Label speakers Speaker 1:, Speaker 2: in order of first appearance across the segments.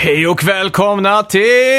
Speaker 1: Hej och välkomna till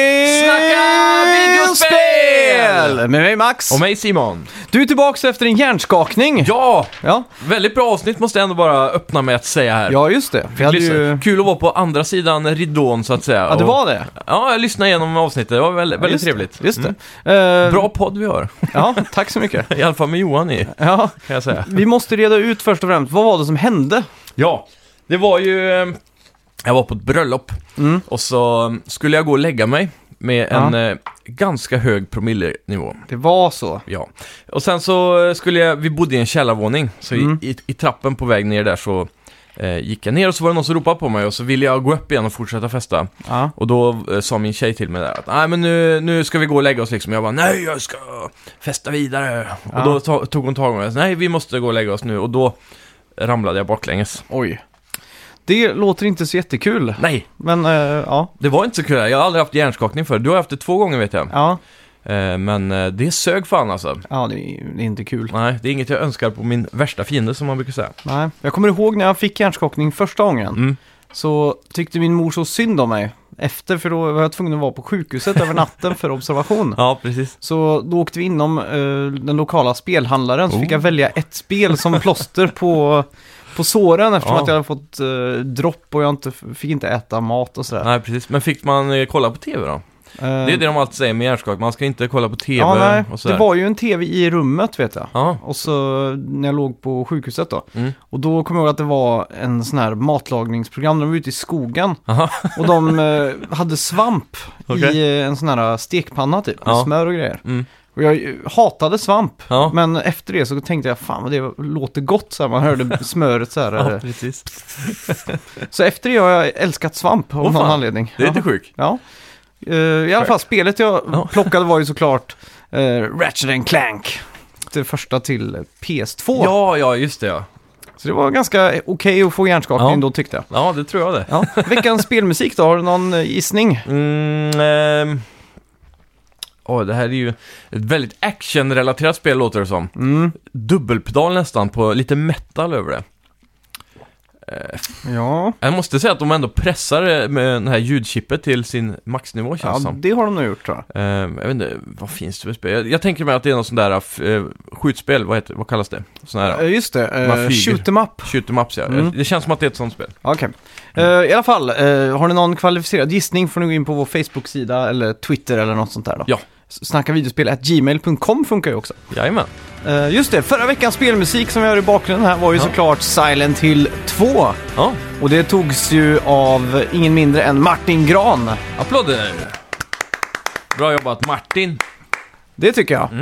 Speaker 2: Snacka videospel!
Speaker 1: Med mig Max.
Speaker 2: Och mig Simon.
Speaker 1: Du är tillbaka efter en hjärnskakning.
Speaker 2: Ja,
Speaker 1: Ja,
Speaker 2: väldigt bra avsnitt måste jag ändå bara öppna med att säga här.
Speaker 1: ja just det. Vi hade ju...
Speaker 2: Kul att vara på andra sidan ridån så att säga.
Speaker 1: Ja, det var det.
Speaker 2: Ja, jag lyssnade igenom avsnittet. Det var väldigt
Speaker 1: Just
Speaker 2: trevligt.
Speaker 1: Det. Just det.
Speaker 2: Bra podd vi har.
Speaker 1: Ja, tack så mycket.
Speaker 2: I alla fall med Johan i,
Speaker 1: Ja,
Speaker 2: kan jag säga.
Speaker 1: vi måste reda ut först och främst, vad var det som hände?
Speaker 2: Ja, det var ju... Jag var på ett bröllop och så skulle jag gå och lägga mig med en ganska hög promillenivå.
Speaker 1: Det var så.
Speaker 2: Ja, och sen så vi bodde i en källarvåning, så i trappen på väg ner där så gick jag ner och så var det någon som ropade på mig och så ville jag gå upp igen och fortsätta festa.
Speaker 1: Ja.
Speaker 2: Och då sa min tjej till mig där att nej men nu ska vi gå och lägga oss liksom. Jag bara nej jag ska festa vidare. Och då tog hon tag i mig och sa nej vi måste gå och lägga oss nu och då ramlade jag baklänges.
Speaker 1: Oj. Det låter inte så jättekul.
Speaker 2: Nej,
Speaker 1: Men ja.
Speaker 2: det var inte så kul. Jag har aldrig haft hjärnskakning förr. Du har haft det 2 gånger vet jag.
Speaker 1: Ja.
Speaker 2: Men det sög fan alltså.
Speaker 1: Ja, det är inte kul.
Speaker 2: Nej, det är inget jag önskar på min värsta fiende som man brukar säga.
Speaker 1: Nej. Jag kommer ihåg när jag fick hjärnskakning första gången. Så tyckte min mor så synd om mig efter, för då var jag tvungen att vara på sjukhuset över natten för observation.
Speaker 2: Ja, precis.
Speaker 1: Så då åkte vi inom den lokala spelhandlaren, så fick jag välja ett spel som plåster på såren eftersom att jag hade fått dropp och jag fick inte äta mat och sådär.
Speaker 2: Nej, precis. Men fick man kolla på tv då? Det är det de alltid säger med hjärnskakning. Man ska inte kolla på tv och sådär.
Speaker 1: Det var ju en tv i rummet vet jag.
Speaker 2: Ja.
Speaker 1: Och så när jag låg på sjukhuset då. Och då kom jag ihåg att det var en sån här matlagningsprogram. De var ute i skogen.
Speaker 2: Aha.
Speaker 1: Och de hade svamp i en sån här stekpanna typ. Med smör och grejer. Och jag hatade svamp. Ja. Men efter det så tänkte jag, fan vad det låter gott så här. Man hörde smöret så här.
Speaker 2: Ja, precis.
Speaker 1: Så efter det har jag älskat svamp av någon anledning.
Speaker 2: Det är lite sjukt.
Speaker 1: Ja. I alla fall, spelet jag plockade var ju såklart Ratchet & Clank. Det första till PS2.
Speaker 2: Ja, just det ja.
Speaker 1: Så det var ganska okej att få hjärnskakning då tyckte jag.
Speaker 2: Ja, det tror jag det.
Speaker 1: Ja. Veckans spelmusik då, har du någon gissning?
Speaker 2: Det här är ju ett väldigt actionrelaterat spel låter det som. Dubbelpedal nästan på lite metal över det.
Speaker 1: Ja.
Speaker 2: Jag måste säga att de ändå pressar med den här ljudchippet till sin maxnivå känns som.
Speaker 1: Ja, det har de nog gjort tror jag.
Speaker 2: Jag vet inte, vad finns det för spel? Jag tänker mig att det är någon sån där skjutspel, vad kallas det? Sån här,
Speaker 1: just det, shoot 'em up.
Speaker 2: Shoot 'em ups, ja. Det känns som att det är ett sånt spel.
Speaker 1: Okej. I alla fall, har ni någon kvalificerad gissning får ni gå in på vår Facebook-sida eller Twitter eller något sånt där då.
Speaker 2: Ja.
Speaker 1: Snackavideospel@gmail.com funkar ju också.
Speaker 2: Jajamän.
Speaker 1: Just det, förra veckans spelmusik som vi hör i bakgrunden här var ju såklart Silent Hill 2.
Speaker 2: Ja.
Speaker 1: Och det togs ju av ingen mindre än Martin Gran.
Speaker 2: Applåder! Bra jobbat Martin.
Speaker 1: Det tycker jag.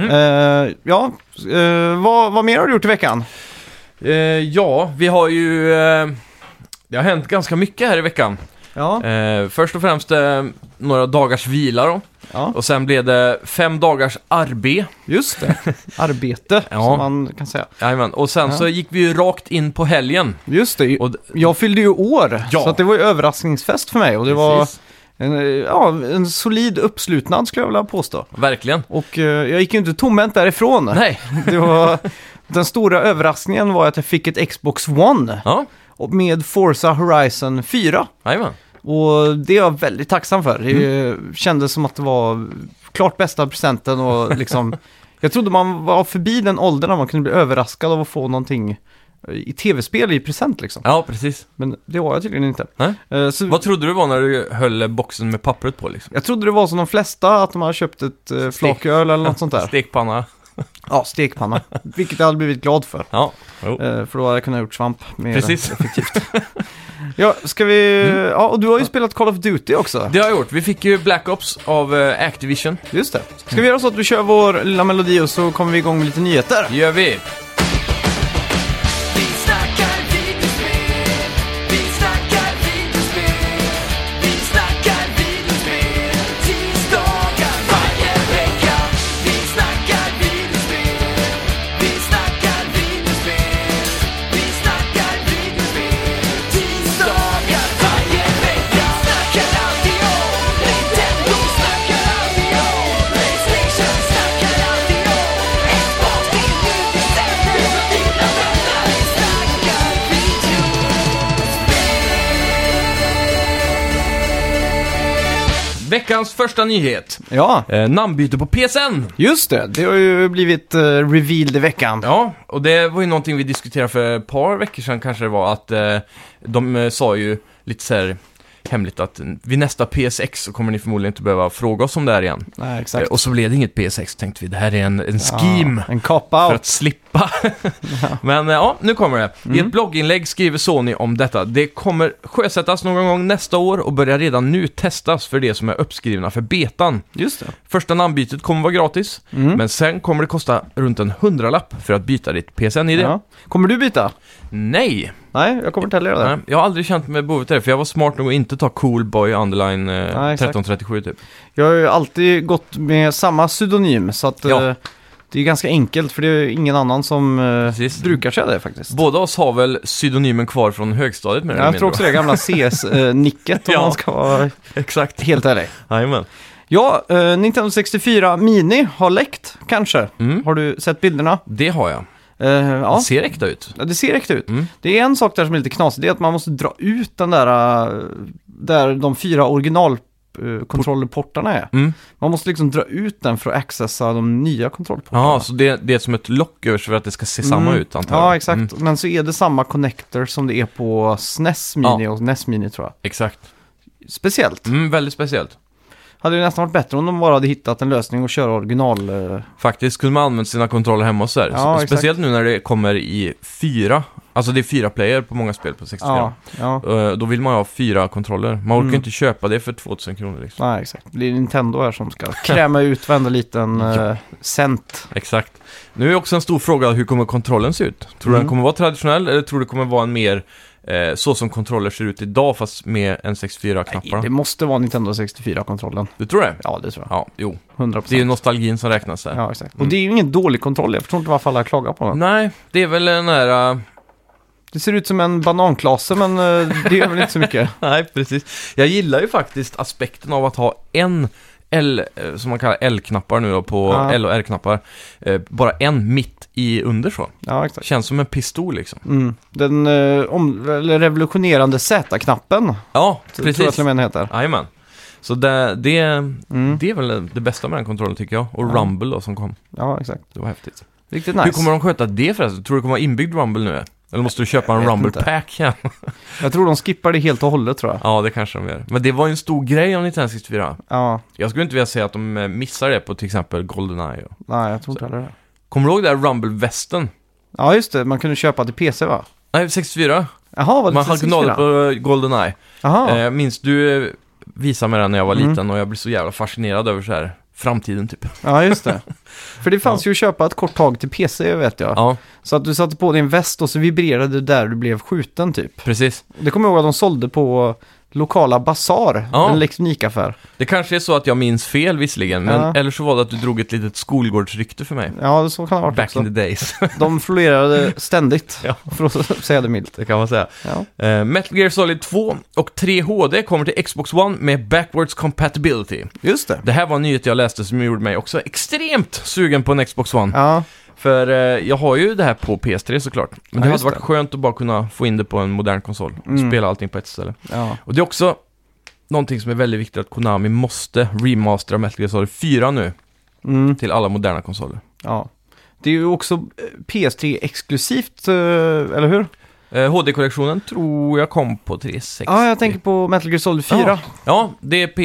Speaker 1: Vad mer har du gjort i veckan?
Speaker 2: Vi har ju... det har hänt ganska mycket här i veckan.
Speaker 1: Ja.
Speaker 2: Först och främst några dagars vila då. Ja. Och sen blev det 5 dagars arbete.
Speaker 1: Just det, arbete som man kan säga.
Speaker 2: Jajamän. Och sen så gick vi ju rakt in på helgen.
Speaker 1: Just det, jag fyllde ju år. Så att det var ju överraskningsfest för mig. Och det var en solid uppslutnad skulle jag vilja påstå.
Speaker 2: Verkligen.
Speaker 1: Och jag gick ju inte tomhänt därifrån.
Speaker 2: Nej.
Speaker 1: Det var, den stora överraskningen var att jag fick ett Xbox One.
Speaker 2: Ja.
Speaker 1: Och med Forza Horizon 4.
Speaker 2: Jajamän.
Speaker 1: Och det är jag väldigt tacksam för. Det kändes som att det var klart bästa presenten och liksom... Jag trodde man var förbi den åldern när man kunde bli överraskad av att få någonting i tv-spel i present liksom.
Speaker 2: Ja, precis.
Speaker 1: Men det var jag tydligen inte.
Speaker 2: Så... Vad trodde du var när du höll boxen med pappret på liksom?
Speaker 1: Jag trodde det var som de flesta, att de hade köpt ett flaköl eller något sånt där.
Speaker 2: Stekpanna.
Speaker 1: Ja, stekpanna. Vilket jag hade blivit glad för.
Speaker 2: Ja.
Speaker 1: För då hade jag kunnat gjort svamp mer effektivt. Ja, ska vi... Ja, och du har ju spelat Call of Duty också.
Speaker 2: Det har jag gjort. Vi fick ju Black Ops av Activision.
Speaker 1: Just det. Ska vi göra så att vi kör vår lilla melodi och så kommer vi igång med lite nyheter?
Speaker 2: Det gör vi. Veckans första nyhet.
Speaker 1: Ja,
Speaker 2: Namnbyte på PSN.
Speaker 1: just det. Det har ju blivit revealed i veckan.
Speaker 2: Ja, och det var ju någonting vi diskuterade för ett par veckor sedan kanske det var. Att de sa ju lite så här hemligt att vid nästa PSX så kommer ni förmodligen inte behöva fråga oss om det här igen.
Speaker 1: Nej, exakt.
Speaker 2: Och så blev det inget PSX, tänkte vi. Det här är en scheme.
Speaker 1: En cop-out.
Speaker 2: För att slippa. Men ja, nu kommer det. I ett blogginlägg skriver Sony om detta. Det kommer sjösättas någon gång nästa år och börjar redan nu testas för det som är uppskrivna för betan.
Speaker 1: Just det.
Speaker 2: Första namnbytet kommer vara gratis, men sen kommer det kosta runt en 100-lapp för att byta ditt PSN-ID.
Speaker 1: Ja. Kommer du byta?
Speaker 2: Nej!
Speaker 1: Nej, jag kommer inte heller göra det.
Speaker 2: Nej, jag har aldrig känt mig behovet där, för jag var smart nog att inte ta Coolboy Underline 1337 typ.
Speaker 1: Jag har ju alltid gått med samma pseudonym, så att
Speaker 2: Ja.
Speaker 1: det är ganska enkelt, för det är ingen annan som brukar säga det faktiskt.
Speaker 2: Båda oss har väl pseudonymen kvar från högstadiet med det.
Speaker 1: Jag tror också det gamla CS-nicket om
Speaker 2: Ja.
Speaker 1: man ska vara
Speaker 2: Exakt.
Speaker 1: helt ärlig.
Speaker 2: Jajamän.
Speaker 1: Ja, Nintendo 64 Mini har läckt, kanske. Har du sett bilderna?
Speaker 2: Det har jag.
Speaker 1: Ja.
Speaker 2: Det ser äkta ut.
Speaker 1: Ja, det ser äkta ut. Det är en sak där som är lite knasig, det är att man måste dra ut den där de 4 originalkontrollerportarna är. Man måste liksom dra ut den för att accessa de nya kontrollportarna.
Speaker 2: Ja, så det är som ett lock över för att det ska se samma ut, antar jag.
Speaker 1: Ja, exakt. Men så är det samma connector som det är på SNES Mini och NES Mini, tror jag.
Speaker 2: Exakt.
Speaker 1: Speciellt.
Speaker 2: Väldigt speciellt.
Speaker 1: Hade det nästan varit bättre om de bara hade hittat en lösning och köra original.
Speaker 2: Faktiskt kunde man använda sina kontroller hemma och så där.
Speaker 1: Ja,
Speaker 2: Speciellt nu när det kommer i 4. Alltså det är 4 player på många spel på 64.
Speaker 1: Ja.
Speaker 2: Då vill man ha 4 kontroller. Man orkar inte köpa det för 2000 kronor liksom.
Speaker 1: Nej, exakt. Det är Nintendo här som ska kräma ut varenda liten cent.
Speaker 2: Exakt. Nu är också en stor fråga, hur kommer kontrollen se ut? Tror du den kommer vara traditionell eller tror du det kommer vara en mer så som kontroller ser ut idag fast med en 64-knappar?
Speaker 1: Det måste vara Nintendo 64-kontrollen.
Speaker 2: Du tror det?
Speaker 1: Ja, det tror jag.
Speaker 2: Ja, jo.
Speaker 1: 100%.
Speaker 2: Det är ju nostalgin som räknas där.
Speaker 1: Ja, exakt. Och det är ju ingen dålig kontroll. Jag förstår inte varför alla klagar på den.
Speaker 2: Nej, det är väl en nära...
Speaker 1: Det ser ut som en bananklase, men det är väl inte så mycket.
Speaker 2: Nej, precis. Jag gillar ju faktiskt aspekten av att ha en L, som man kallar L-knappar nu då, på L- och R-knappar. Bara en mitt i under så.
Speaker 1: Ja, exakt.
Speaker 2: Känns som en pistol liksom.
Speaker 1: Den eller revolutionerande Z-knappen.
Speaker 2: Ja,
Speaker 1: Tror jag
Speaker 2: precis.
Speaker 1: till och med den heter.
Speaker 2: Jajamän. Så det är väl det bästa med den kontrollen tycker jag. Och Rumble då som kom.
Speaker 1: Ja, exakt.
Speaker 2: Det var häftigt.
Speaker 1: Riktigt nice.
Speaker 2: Hur kommer de sköta det förresten? Tror du det kommer vara inbyggd Rumble nu? Eller måste du köpa en
Speaker 1: vet
Speaker 2: Rumble
Speaker 1: inte.
Speaker 2: Pack? Ja.
Speaker 1: Jag tror de skippar det helt och hållet, tror jag.
Speaker 2: Ja, det kanske de gör. Men det var ju en stor grej om 1964.
Speaker 1: Ja,
Speaker 2: Jag skulle inte vilja säga att de missar det på till exempel GoldenEye.
Speaker 1: nej, jag tror inte heller det.
Speaker 2: Kommer du ihåg det här Rumble-västen?
Speaker 1: Ja, just det. Man kunde köpa till PC, va?
Speaker 2: Nej, 64.
Speaker 1: Jaha, var det
Speaker 2: Man hade på GoldenEye.
Speaker 1: Jaha.
Speaker 2: Minns du visade mig den när jag var liten och jag blev så jävla fascinerad över så här framtiden typ.
Speaker 1: Ja, just det. För det fanns ju att köpa ett kort tag till PC, vet jag.
Speaker 2: Ja,
Speaker 1: Så att du satte på din väst och så vibrerade det där du blev skjuten, typ.
Speaker 2: precis.
Speaker 1: Det kommer jag ihåg att de sålde på lokala basar,
Speaker 2: Ja.
Speaker 1: en elektronikaffär.
Speaker 2: Det kanske är så att jag minns fel visserligen, men
Speaker 1: Ja.
Speaker 2: eller så var det att du drog ett litet skolgårdsrykte för mig.
Speaker 1: Ja, så kan det ha varit
Speaker 2: Back
Speaker 1: också.
Speaker 2: in the days.
Speaker 1: De florerade ständigt,
Speaker 2: Ja.
Speaker 1: för att säga det milt.
Speaker 2: Det kan man säga.
Speaker 1: Ja.
Speaker 2: Metal Gear Solid 2 och 3 HD kommer till Xbox One med backwards compatibility.
Speaker 1: Just det.
Speaker 2: Det här var en nyhet jag läste som gjorde mig också extremt sugen på en Xbox One.
Speaker 1: Ja,
Speaker 2: För jag har ju det här på PS3 såklart. Men det hade
Speaker 1: just
Speaker 2: varit
Speaker 1: det.
Speaker 2: skönt att bara kunna få in det på en modern konsol. Och spela allting på ett ställe.
Speaker 1: ja.
Speaker 2: Och det är också någonting som är väldigt viktigt, att Konami måste remastera Metal Gear Solid 4 nu till alla moderna konsoler.
Speaker 1: Ja. Det är ju också PS3-exklusivt, eller hur?
Speaker 2: HD-kollektionen tror jag kom på 360.
Speaker 1: Ja, jag tänker på Metal Gear Solid 4.
Speaker 2: Ja, det är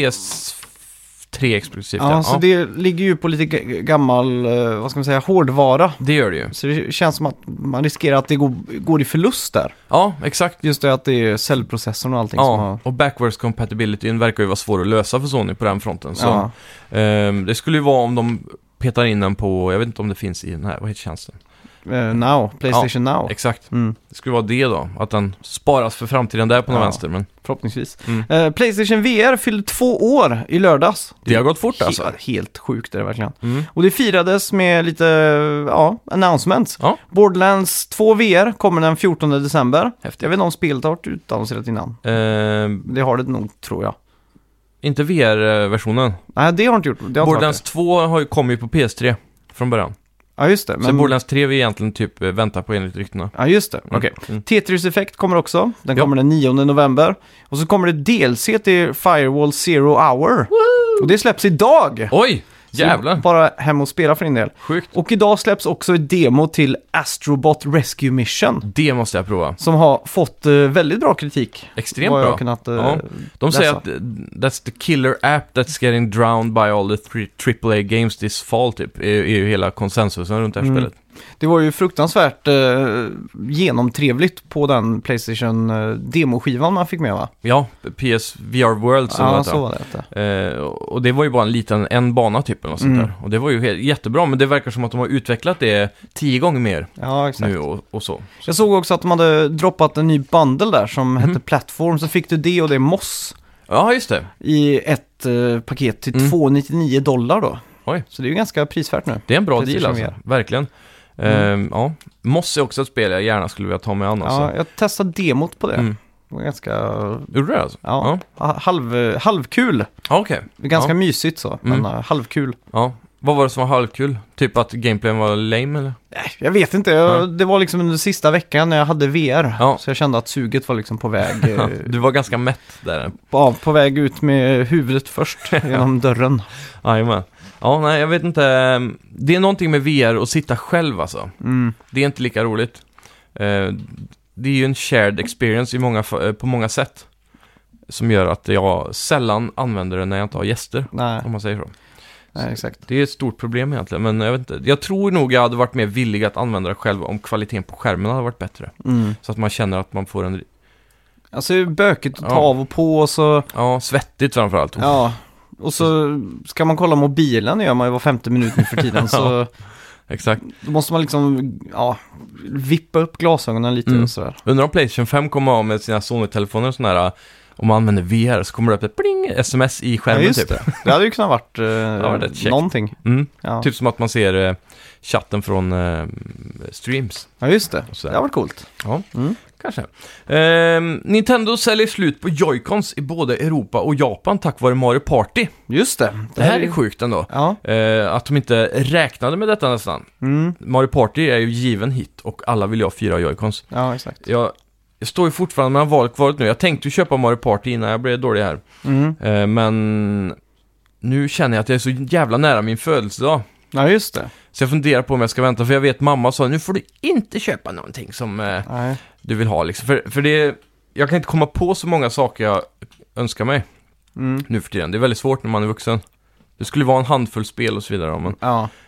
Speaker 2: PS3 exklusivt.
Speaker 1: Ja, så det ligger ju på lite gammal, vad ska man säga, hårdvara.
Speaker 2: Det gör det ju.
Speaker 1: Så det känns som att man riskerar att det går i förlust där.
Speaker 2: Ja, exakt.
Speaker 1: Just det att det är cellprocessorn och allting som
Speaker 2: Ja,
Speaker 1: har...
Speaker 2: och backwards compatibility verkar ju vara svår att lösa för Sony på den fronten. Så
Speaker 1: Ja.
Speaker 2: det skulle ju vara om de petar in den på, jag vet inte om det finns i den här, vad heter tjänsten?
Speaker 1: PlayStation Now.
Speaker 2: Exakt.
Speaker 1: Mm.
Speaker 2: Det skulle vara det då, att den sparas för framtiden där på någon
Speaker 1: Ja.
Speaker 2: vänster. Men
Speaker 1: Förhoppningsvis. PlayStation VR fyllde 2 år i lördags.
Speaker 2: det har gått fort alltså.
Speaker 1: Helt sjukt är det verkligen.
Speaker 2: Mm.
Speaker 1: Och det firades med lite, announcements.
Speaker 2: Ja.
Speaker 1: Borderlands 2 VR kommer den 14 december.
Speaker 2: Häftigt.
Speaker 1: Jag vet inte om spelet har varit utannonserat innan. Det har det nog, tror jag.
Speaker 2: Inte VR-versionen.
Speaker 1: Nej, det har inte gjort. Det har
Speaker 2: Borderlands 2 kommit ju på PS3 från början.
Speaker 1: Ja, just det.
Speaker 2: Men... Så Borderlands 3 vi egentligen typ väntar på enligt ryktena.
Speaker 1: Ja, just det. Okej. Tetris Effect kommer också. Den kommer den 9 november. Och så kommer det DLC till Firewall Zero Hour. Woo! Och det släpps idag!
Speaker 2: Oj! Jävlar.
Speaker 1: Bara hem och spela för din del.
Speaker 2: Sjukt.
Speaker 1: Och idag släpps också ett demo till Astrobot Rescue Mission.
Speaker 2: Det måste jag prova.
Speaker 1: Som har fått väldigt bra kritik.
Speaker 2: Extremt bra.
Speaker 1: Kunnat,
Speaker 2: de säger att that's the killer app that's getting drowned by all the AAA games this fall typ. Är ju hela konsensusen runt det här spelet.
Speaker 1: Det var ju fruktansvärt genomtrevligt på den PlayStation demoskivan man fick med, va?
Speaker 2: Ja, PS VR World som
Speaker 1: ja, så var det.
Speaker 2: Och det var ju bara en bana typ eller något sånt där. Och det var ju jättebra, men det verkar som att de har utvecklat det 10 gånger mer nu och så.
Speaker 1: Jag såg också att de hade droppat en ny bundle där som hette Platform, så fick du det och det Moss.
Speaker 2: Ja, just det.
Speaker 1: I ett paket till $299 då.
Speaker 2: Oj.
Speaker 1: Så det är ju ganska prisvärt nu.
Speaker 2: Det är en bra deal alltså, verkligen. Ja, Moss är också ett spel jag gärna skulle vilja ta med annars.
Speaker 1: Ja, jag testade demot på det. Det var ganska...
Speaker 2: Gjorde du det alltså?
Speaker 1: Ja, halvkul.
Speaker 2: Okej.
Speaker 1: Ganska mysigt så, men halvkul.
Speaker 2: Ja. Vad var det som var halvkul? Typ att gameplayen var lame eller?
Speaker 1: Nej, jag vet inte. Det var liksom under sista veckan när jag hade VR. Ja. Så jag kände att suget var liksom på väg.
Speaker 2: Du var ganska mätt där.
Speaker 1: På väg ut med huvudet först genom dörren.
Speaker 2: Jajamän. Ja, nej, jag vet inte. Det är någonting med VR och sitta själv alltså. Det är inte lika roligt. Det är ju en shared experience på många sätt. Som gör att jag sällan använder det när jag inte har gäster. Nej. Om man säger så.
Speaker 1: Nej, exakt.
Speaker 2: Det är ett stort problem egentligen, men jag vet inte. Jag tror nog jag hade varit mer villig att använda det själv om kvaliteten på skärmen hade varit bättre. Så att man känner att man får en...
Speaker 1: Alltså det är bökigt att ta av och på och så...
Speaker 2: Ja, svettigt framförallt.
Speaker 1: Ja, och så ska man kolla mobilen, gör man ju var 50 minut nu för tiden, så...
Speaker 2: Exakt.
Speaker 1: Då måste man liksom, vippa upp glasögonen lite och sådär.
Speaker 2: Undrar om PlayStation 5 kommer av med sina Sony-telefoner och sådana här... Om man använder VR så kommer det upp ett bling, sms i skärmen
Speaker 1: just
Speaker 2: typ.
Speaker 1: Det hade ju kunnat varit någonting.
Speaker 2: Ja. Typ som att man ser chatten från streams.
Speaker 1: Ja, just det. Det har varit coolt.
Speaker 2: Ja, kanske. Nintendo säljer slut på Joy-Cons i både Europa och Japan tack vare Mario Party.
Speaker 1: Just det.
Speaker 2: Det här är sjukt ändå.
Speaker 1: Ja.
Speaker 2: Att de inte räknade med detta nästan. Mario Party är ju given hit och alla vill ha 4 Joy-Cons.
Speaker 1: Ja, exakt.
Speaker 2: Jag står ju fortfarande mellan valet nu. Jag tänkte ju köpa Mario Party innan jag blev dålig här. Men nu känner jag att jag är så jävla nära min födelsedag.
Speaker 1: Ja, just det.
Speaker 2: Så jag funderar på om jag ska vänta. För jag vet mamma sa, nu får du inte köpa någonting som du vill ha. Liksom. För det, jag kan inte komma på så många saker jag önskar mig nu för tiden. Det är väldigt svårt när man är vuxen. Det skulle vara en handfull spel och så vidare. Men,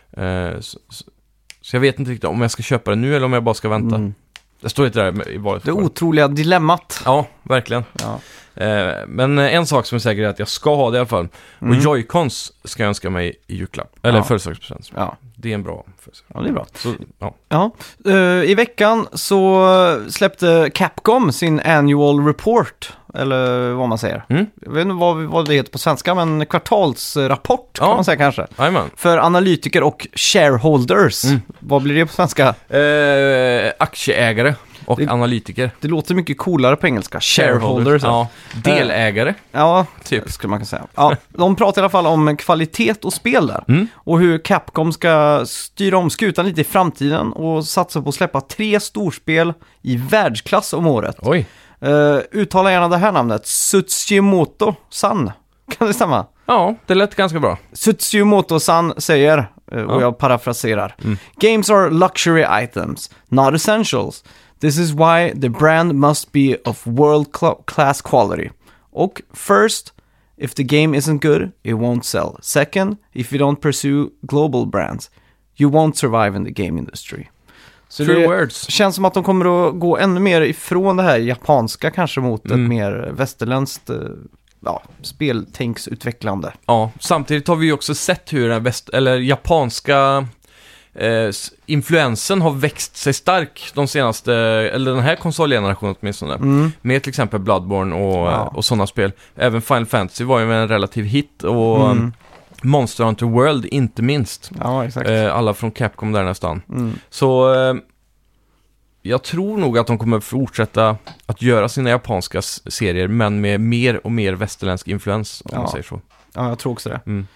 Speaker 2: så jag vet inte riktigt om jag ska köpa det nu eller om jag bara ska vänta. Det står lite där i valet.
Speaker 1: Det otroliga dilemmat.
Speaker 2: Ja, verkligen. Ja. Men en sak som är säker är att jag ska ha det i alla fall. Och Joy-Cons ska jag önska mig i julklapp. Eller födelsedagspresent. Ja. Det är en bra födelsedag.
Speaker 1: Ja, det är bra.
Speaker 2: Så,
Speaker 1: ja. I veckan så släppte Capcom sin annual report. Eller vad man säger. Jag vet inte vad det heter på svenska, men kvartalsrapport kan man säga kanske.
Speaker 2: Amen.
Speaker 1: För analytiker och shareholders. Vad blir det på svenska?
Speaker 2: Aktieägare och analytiker.
Speaker 1: Det låter mycket coolare på engelska. Shareholders.
Speaker 2: Ja. Delägare.
Speaker 1: Ja, typ skulle man kunna säga. Ja, de pratar i alla fall om kvalitet och spel där. Och hur Capcom ska styra om skutan lite i framtiden och satsa på att släppa 3 storspel i världsklass om året.
Speaker 2: Oj.
Speaker 1: Uttala gärna det här namnet. Tsutsimoto-san. Kan det stämma?
Speaker 2: Ja, det lät ganska bra.
Speaker 1: Tsutsimoto-san säger, och jag parafraserar, Games are luxury items, not essentials. This is why the brand must be of world-class quality. Och first, if the game isn't good, it won't sell. Second, if you don't pursue global brands, you won't survive in the game industry. Så
Speaker 2: True
Speaker 1: det
Speaker 2: words.
Speaker 1: Känns som att de kommer att gå ännu mer ifrån det här japanska kanske mot ett mer västerländskt speltänksutvecklande.
Speaker 2: Ja, samtidigt har vi ju också sett hur den japanska influensen har växt sig stark de senaste, eller den här konsolgenerationen åtminstone. Med till exempel Bloodborne och sådana spel. Även Final Fantasy var ju en relativ hit och Monster Hunter World inte minst.
Speaker 1: Ja, exakt.
Speaker 2: Alla från Capcom där nästan. Så jag tror nog att de kommer fortsätta att göra sina japanska serier men med mer och mer västerländsk influens, om man säger så.
Speaker 1: Ja, jag tror också det.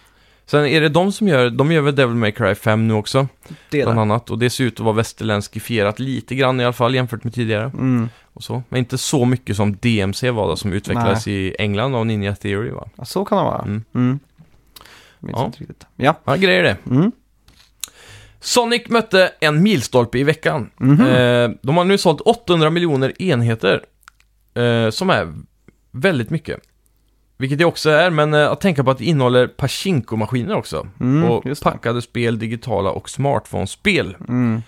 Speaker 2: Sen är det de gör väl Devil May Cry 5 nu också,
Speaker 1: Det är
Speaker 2: bland
Speaker 1: det.
Speaker 2: annat. Och det ser ut att vara västerländskifierat lite grann i alla fall jämfört med tidigare. Och så. Men inte så mycket som DMC var då, som utvecklades i England av Ninja Theory, va?
Speaker 1: Ja, så kan det vara. Minns
Speaker 2: Ja.
Speaker 1: inte riktigt. Ja.
Speaker 2: Ja, grejer det. Sonic mötte en milstolpe i veckan. De har nu sålt 800 miljoner enheter, som är väldigt mycket. Vilket det också är, men att tänka på att det innehåller Pachinko-maskiner också. Och
Speaker 1: just det.
Speaker 2: packade spel, digitala och smartphone-spel.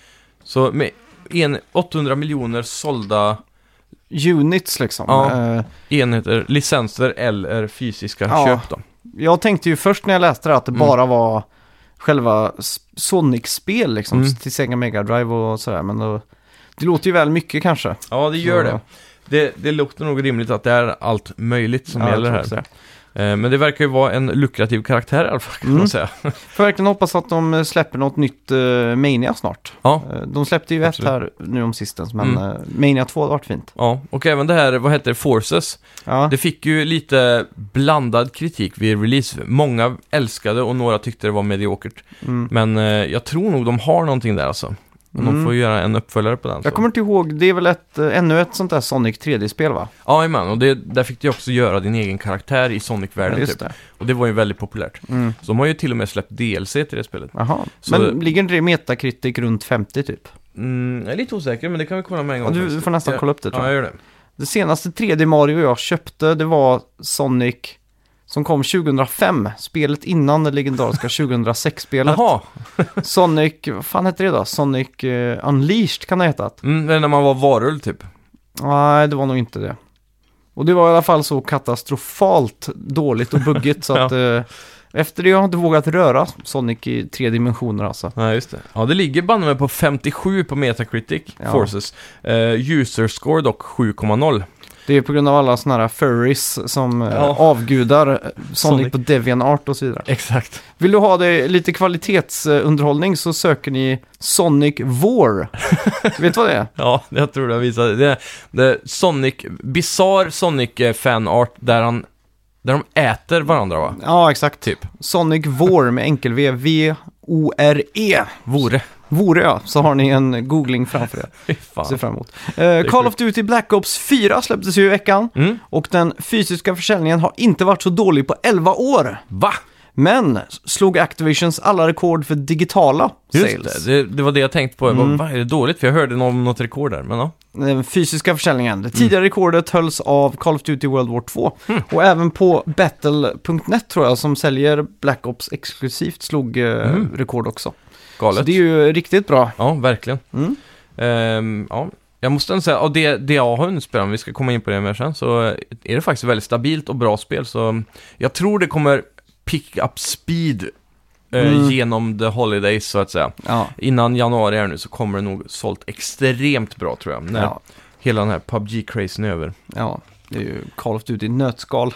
Speaker 2: Så med 800 miljoner sålda
Speaker 1: Units liksom.
Speaker 2: Ja. Enheter, licenser eller fysiska köp då.
Speaker 1: Jag tänkte ju först när jag läste det att det bara var själva Sonic-spel liksom, till Sega Mega Drive och sådär. Men det låter ju väl mycket kanske.
Speaker 2: Ja, det gör det. Det låter nog rimligt att det är allt möjligt som gäller här. Men det verkar ju vara en lukrativ karaktär i alla fall, kan man säga.
Speaker 1: Får verkligen hoppas att de släpper något nytt Mania snart.
Speaker 2: Ja.
Speaker 1: De släppte ju ett här nu om sistens, men Mania 2 har varit fint.
Speaker 2: Ja, och även det här, vad heter det, Forces.
Speaker 1: Ja.
Speaker 2: Det fick ju lite blandad kritik vid release. Många älskade och några tyckte det var mediokert. Men jag tror nog de har någonting där alltså. De får göra en uppföljare på den.
Speaker 1: Jag kommer inte ihåg, det är väl ännu ett sånt där Sonic 3D-spel va?
Speaker 2: Ja, man, och där fick du också göra din egen karaktär i Sonic-världen
Speaker 1: Just
Speaker 2: typ.
Speaker 1: det.
Speaker 2: Och det var ju väldigt populärt. Så de har ju till och med släppt DLC till det spelet.
Speaker 1: Jaha,
Speaker 2: Så
Speaker 1: men ligger inte det Metacritic runt 50 typ?
Speaker 2: Jag är lite osäker, men det kan vi kolla med en gång.
Speaker 1: Du får nästan kolla upp det tror
Speaker 2: Ja,
Speaker 1: jag.
Speaker 2: jag gör det.
Speaker 1: Det senaste 3D Mario jag köpte, det var Sonic som kom 2005. Spelet innan det legendariska 2006-spelet.
Speaker 2: Jaha,
Speaker 1: Sonic, vad fan heter det då? Sonic Unleashed kan det ha hetat.
Speaker 2: när man var varulv typ.
Speaker 1: Nej, det var nog inte det. Och det var i alla fall så katastrofalt dåligt och buggigt så att efter det har jag inte vågat röra Sonic i 3 dimensioner alltså.
Speaker 2: Ja, just det. Ja, det ligger banne med på 57 på Metacritic, Forces. User score dock 7,0.
Speaker 1: Det är på grund av alla såna här furries som avgudar Sonic på DeviantArt och så vidare.
Speaker 2: Exakt.
Speaker 1: Vill du ha det lite kvalitetsunderhållning så söker ni Sonic War. Vet du vad det är?
Speaker 2: Ja, jag tror det har visat. Det är Sonic, bizarr Sonic fanart där de äter varandra, va?
Speaker 1: Ja, exakt.
Speaker 2: Typ.
Speaker 1: Sonic War med enkel V, V-O-R-E. Vore ja, så har ni en googling framför er.
Speaker 2: Fy fan.
Speaker 1: Se fram emot. Call of Duty Black Ops 4 släpptes ju i veckan. Och den fysiska försäljningen har inte varit så dålig på 11 år.
Speaker 2: Va?
Speaker 1: Men slog Activisions alla rekord för digitala sales.
Speaker 2: Det var det jag tänkte på. Vad är det dåligt? För jag hörde något rekord där, men ja.
Speaker 1: Den fysiska försäljningen. Det tidigare rekordet hölls av Call of Duty World War 2. Och även på Battle.net tror jag, som säljer Black Ops exklusivt, slog rekord också.
Speaker 2: Galet.
Speaker 1: Så det är ju riktigt bra.
Speaker 2: Ja, verkligen. Ja, jag måste ändå säga, och det jag har hunnit spela, om vi ska komma in på det mer sen, så är det faktiskt väldigt stabilt och bra spel. Så jag tror det kommer pick up speed genom the holidays så att säga.
Speaker 1: Ja.
Speaker 2: Innan januari här nu så kommer det nog sålt extremt bra tror jag. När hela den här PUBG-crazen är över.
Speaker 1: Ja, det är ju Call of Duty nötskal.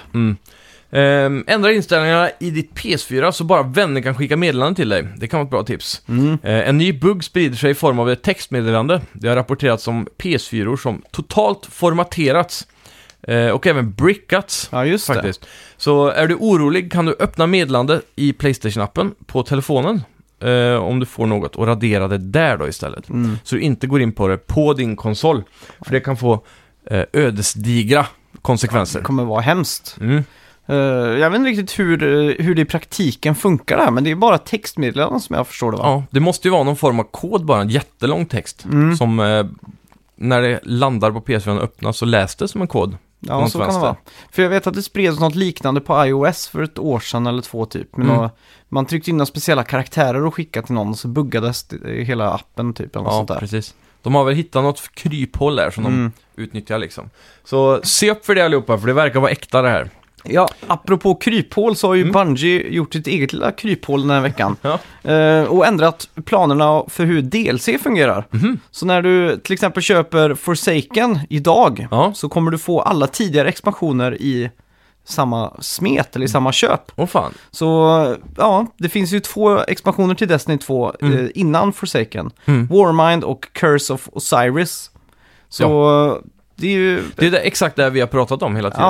Speaker 2: Ändra inställningarna i ditt PS4 så bara vänner kan skicka meddelanden till dig. Det kan vara ett bra tips. En ny bugg sprider sig i form av ett textmeddelande. Det har rapporterats om PS4 som totalt formaterats och även brickats.
Speaker 1: Ja, just
Speaker 2: faktiskt. Så är du orolig kan du öppna meddelande i PlayStation-appen på telefonen om du får något och radera det där då istället. Så du inte går in på det på din konsol. För det kan få ödesdigra konsekvenser.
Speaker 1: Det kommer vara hemskt. Jag vet inte riktigt hur det i praktiken funkar där, men det är bara textmeddelanden som jag förstår det va?
Speaker 2: Ja, det måste ju vara någon form av kod bara, en jättelång text som när det landar på PS4 och öppnas så läs det som en kod.
Speaker 1: Ja, så kan det vara. För jag vet att det spreds något liknande på iOS för ett år sedan eller 2 typ. Men man tryckte in några speciella karaktärer och skickade till någon och så buggades hela appen typ. Eller sånt där.
Speaker 2: Precis. De har väl hittat något kryphål där som de utnyttjar liksom. Så se upp för det allihopa, för det verkar vara äkta det här.
Speaker 1: Ja, apropå kryphål så har ju Bungie gjort sitt eget lilla kryphål den här veckan. Och ändrat planerna för hur DLC fungerar. Så när du till exempel köper Forsaken idag så kommer du få alla tidigare expansioner i samma smet eller i samma köp.
Speaker 2: Fan.
Speaker 1: Så ja, det finns ju 2 expansioner till Destiny 2 innan Forsaken. Warmind och Curse of Osiris. Så det är ju...
Speaker 2: Det är exakt det vi har pratat om hela tiden.
Speaker 1: Ja.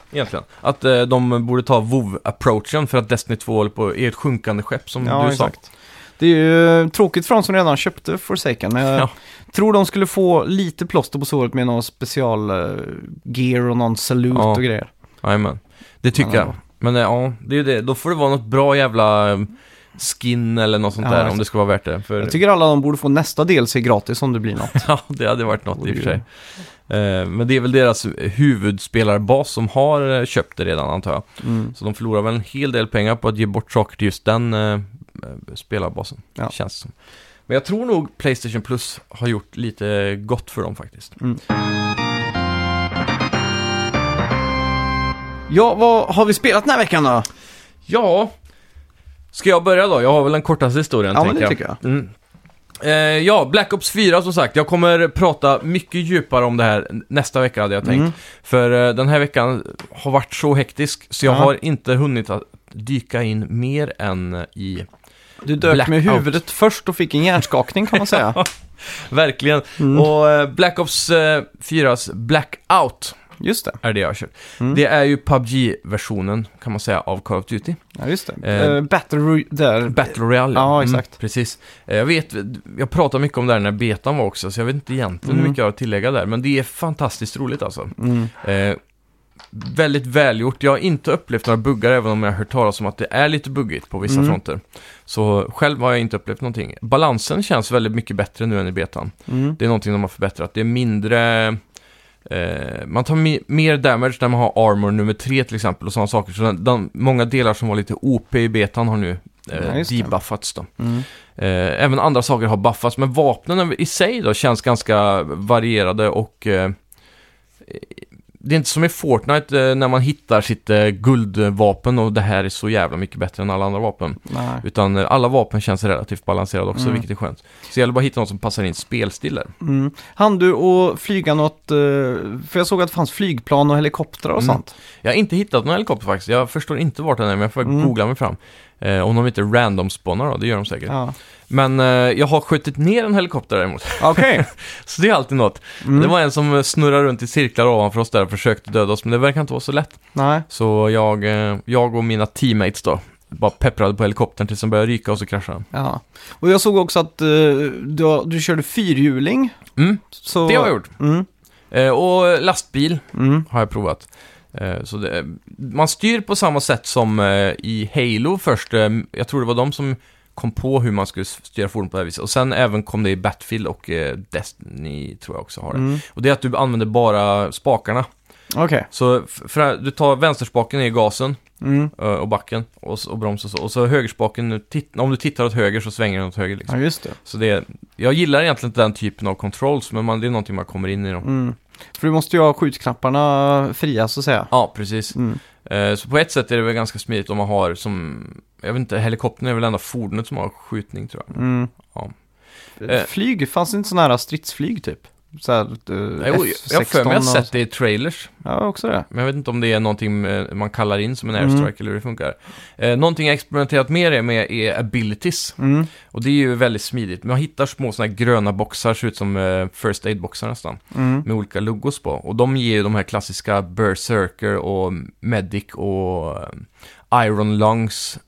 Speaker 2: egentligen. Att de borde ta WoW-approachen för att Destiny 2 håller på är ett sjunkande skepp som du
Speaker 1: exakt. Sa. Det är ju tråkigt för de som redan köpte Forsaken, men jag tror de skulle få lite plåster på såret med någon special gear och någon salute och grejer.
Speaker 2: Jajamän, det tycker jag. Men det är ju det. Då får det vara något bra jävla skin eller något sånt där om det ska vara värt det. För...
Speaker 1: Jag tycker alla de borde få nästa DLC gratis om det blir något.
Speaker 2: Ja, det hade varit något i och för sig. Men det är väl deras huvudspelarbas som har köpt det redan, antar jag. Så de förlorar väl en hel del pengar på att ge bort saker till just den spelarbasen, känns det som. Men jag tror nog PlayStation Plus har gjort lite gott för dem faktiskt.
Speaker 1: Ja, vad har vi spelat den här veckan då?
Speaker 2: Ja, ska jag börja då? Jag har väl den kortaste historien,
Speaker 1: tänker jag. Ja, men det tycker
Speaker 2: jag. Black Ops 4 som sagt. Jag kommer prata mycket djupare om det här nästa vecka hade jag tänkt. För den här veckan har varit så hektisk så jag har inte hunnit att dyka in mer än i
Speaker 1: Du dök Blackout. Med huvudet först och fick en hjärnskakning kan man säga.
Speaker 2: Verkligen. Och Black Ops 4s Blackout.
Speaker 1: Just det.
Speaker 2: Är det jag har kört. Det är ju PUBG-versionen kan man säga av Call of Duty.
Speaker 1: Ja, just det. Battle
Speaker 2: Royale.
Speaker 1: Ja, exakt.
Speaker 2: Precis. Jag pratade mycket om det här när betan var också, så jag vet inte egentligen hur mycket jag har att tillägga där. Men det är fantastiskt roligt alltså. Väldigt välgjort. Jag har inte upplevt några buggar, även om jag har hört talas om att det är lite buggigt på vissa fronter. Så själv har jag inte upplevt någonting. Balansen känns väldigt mycket bättre nu än i betan. Det är någonting de har förbättrat. Det är mindre... man tar mer damage när man har armor nummer 3 till exempel och sådana saker. Så många delar som var lite OP i betan har nu debuffats då. Även andra saker har buffats, men vapnen i sig då känns ganska varierade och det är inte som i Fortnite när man hittar sitt guldvapen och det här är så jävla mycket bättre än alla andra vapen.
Speaker 1: Nej.
Speaker 2: Utan alla vapen känns relativt balanserade också, vilket är skönt. Så det gäller bara att hitta något som passar in spelstil där.
Speaker 1: Han du och flyga något, för jag såg att det fanns flygplan och helikoptrar och sånt.
Speaker 2: Jag har inte hittat någon helikopter faktiskt. Jag förstår inte vart den är, men jag får googla mig fram. Om de inte random spawnar då, det gör de säkert. Ja. Men jag har skjutit ner en helikopter däremot.
Speaker 1: Okej.
Speaker 2: Så det är alltid något. Det var en som snurrar runt i cirklar ovanför oss där och försökte döda oss, men det verkar inte vara så lätt.
Speaker 1: Nej.
Speaker 2: Så jag och mina teammates då bara pepprade på helikoptern tills den började ryka och så kraschade den.
Speaker 1: Ja. Och jag såg också att du körde fyrhjuling.
Speaker 2: Så... Det har jag gjort. Och lastbil har jag provat. Så man styr på samma sätt som i Halo först. Jag tror det var de som kom på hur man skulle styra fordon på det här viset. Och sen även kom det i Battlefield och Destiny tror jag också har det. Och det är att du använder bara spakarna.
Speaker 1: Okay.
Speaker 2: Så du tar vänsterspaken i gasen och backen och broms och så. Och så högerspaken, om du tittar åt höger så svänger den åt höger. Liksom.
Speaker 1: Ja, just det.
Speaker 2: Så jag gillar egentligen inte den typen av controls, men det är någonting man kommer in i då.
Speaker 1: För du måste ju ha skjutknapparna fria så att säga.
Speaker 2: Ja, precis. Så på ett sätt är det väl ganska smidigt om man har som... Jag vet inte, helikoptern är väl enda fordonet som har skjutning tror jag. Ja.
Speaker 1: Flyg, fanns det inte sådana här stridsflyg typ? Så här,
Speaker 2: F16 jag för mig har sett det i trailers.
Speaker 1: Ja, också det.
Speaker 2: Men jag vet inte om det är någonting man kallar in som en airstrike eller hur det funkar. Någonting jag experimenterat mer med är abilities. Och det är ju väldigt smidigt. Man hittar små såna här gröna boxar, ser ut som first aid-boxar nästan. Med olika logos på. Och de ger ju de här klassiska Berserker och Medic och Iron Lungs,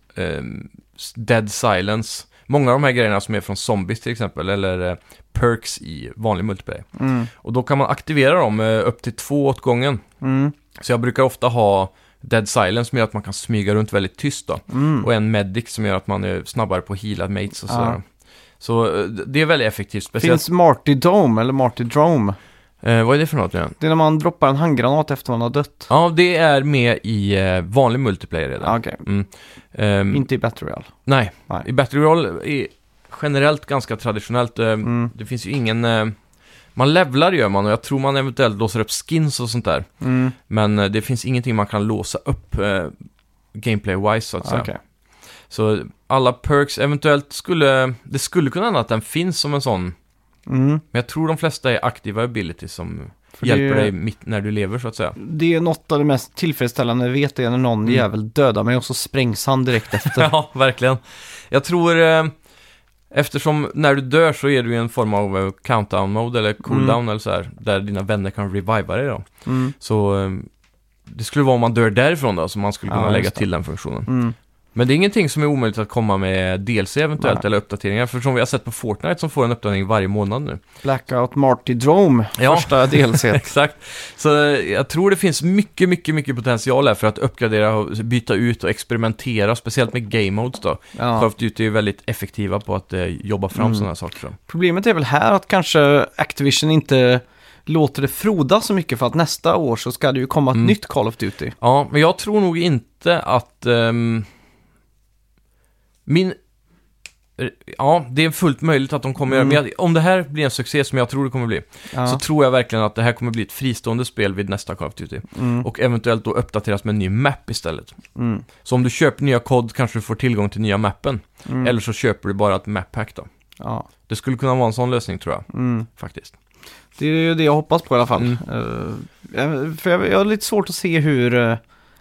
Speaker 2: Dead Silence. Många av de här grejerna som är från Zombies till exempel, eller perks i vanlig multiplayer. Och då kan man aktivera dem upp till 2 åt gången. Så jag brukar ofta ha Dead Silence som gör att man kan smyga runt väldigt tyst då. Och en Medic som gör att man är snabbare på heala mates och sådär. Så det är väldigt effektivt. Speciellt...
Speaker 1: Finns Martyrdome eller Martyrdrome?
Speaker 2: Vad är det för något igen?
Speaker 1: Det är när man droppar en handgranat efter man har dött.
Speaker 2: Ja, det är med i vanlig multiplayer redan.
Speaker 1: Okej. Inte i Battle Royale.
Speaker 2: Nej, i Battle Royale är generellt ganska traditionellt. Det finns ju ingen... man levlar gör man och jag tror man eventuellt låser upp skins och sånt där. Men det finns ingenting man kan låsa upp gameplay-wise så att säga. Okay. Så alla perks eventuellt skulle kunna hända att den finns som en sån. Men jag tror de flesta är aktiva abilities som hjälper dig när du lever så att säga. Det
Speaker 1: är något av det mest tillfredsställande jag vet är när någon jävel dödar mig och så sprängs han direkt efter.
Speaker 2: Ja, verkligen. Jag tror eftersom när du dör så är du i en form av countdown mode eller cooldown eller så här, där dina vänner kan reviva dig då. Så det skulle vara om man dör därifrån då, så man skulle kunna lägga till den funktionen. Men det är ingenting som är omöjligt att komma med DLC eventuellt eller uppdateringar. För som vi har sett på Fortnite som får en uppdatering varje månad nu.
Speaker 1: Blackout Martyrdrome, första DLC.
Speaker 2: Exakt. Så jag tror det finns mycket, mycket, mycket potential här för att uppgradera och byta ut och experimentera. Speciellt med game modes då. Call of Duty är väldigt effektiva på att jobba fram sådana här saker.
Speaker 1: Problemet är väl här att kanske Activision inte låter det froda så mycket, för att nästa år så ska det ju komma ett nytt Call of Duty.
Speaker 2: Ja, men jag tror nog inte att... Ja, det är fullt möjligt att de kommer göra. Men om det här blir en succé som jag tror det kommer bli, så tror jag verkligen att det här kommer bli ett fristående spel vid nästa Call of Duty. Och eventuellt då uppdateras med en ny map istället. Så om du köper nya kod kanske du får tillgång till nya mappen. Eller så köper du bara ett map pack då. Det skulle kunna vara en sån lösning, tror jag. Faktiskt.
Speaker 1: Det är ju det jag hoppas på i alla fall. För jag har lite svårt att se hur...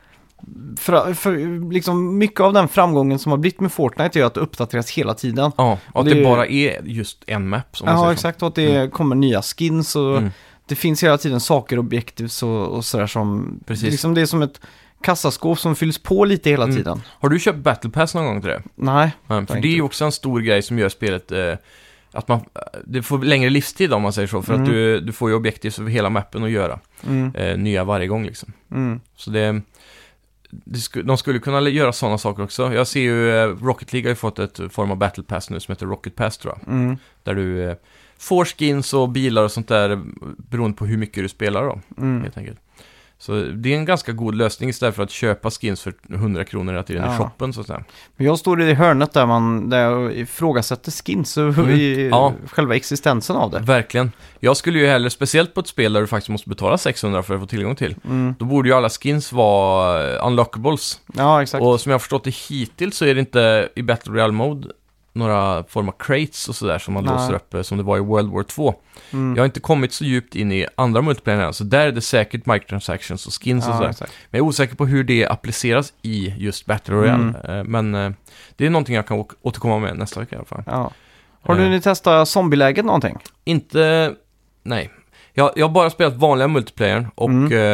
Speaker 1: För liksom mycket av den framgången som har blivit med Fortnite är att det uppdateras hela tiden.
Speaker 2: Ja, och att det bara är just en map. Som
Speaker 1: ja, exakt. Och att det kommer nya skins och det finns hela tiden saker, objektiv och sådär som...
Speaker 2: Precis.
Speaker 1: Liksom det är som ett kassaskåp som fylls på lite hela tiden.
Speaker 2: Har du köpt Battle Pass någon gång till det?
Speaker 1: Nej.
Speaker 2: För det är ju också en stor grej som gör spelet... att det får längre livstid om man säger så. För att du får ju objektiv över hela mappen att göra. Nya varje gång liksom. Så de skulle kunna göra sådana saker också. Jag ser ju Rocket League har ju fått ett form av Battle Pass nu som heter Rocket Pass, tror jag. Där du får skins och bilar och sånt där beroende på hur mycket du spelar då, helt enkelt. Så det är en ganska god lösning istället för att köpa skins för 100 kronor hela tiden i shoppen, så att säga.
Speaker 1: Men jag står i det hörnet där jag ifrågasätter skins och i själva existensen av det.
Speaker 2: Verkligen. Jag skulle ju hellre, speciellt på ett spel där du faktiskt måste betala 600 för att få tillgång till. Då borde ju alla skins vara unlockables.
Speaker 1: Ja, exakt.
Speaker 2: Och som jag har förstått det hittills så är det inte i Battle Royale Mode några form av crates och sådär som man låser upp som det var i World War 2. Jag har inte kommit så djupt in i andra multiplayer, så där är det säkert microtransactions och skins och sådär. Exakt. Men jag är osäker på hur det appliceras i just Battle Royale. Men det är någonting jag kan återkomma med nästa vecka i alla fall. Ja.
Speaker 1: Har du testat zombieläget någonting?
Speaker 2: Inte, nej. Jag har bara spelat vanliga multiplayer och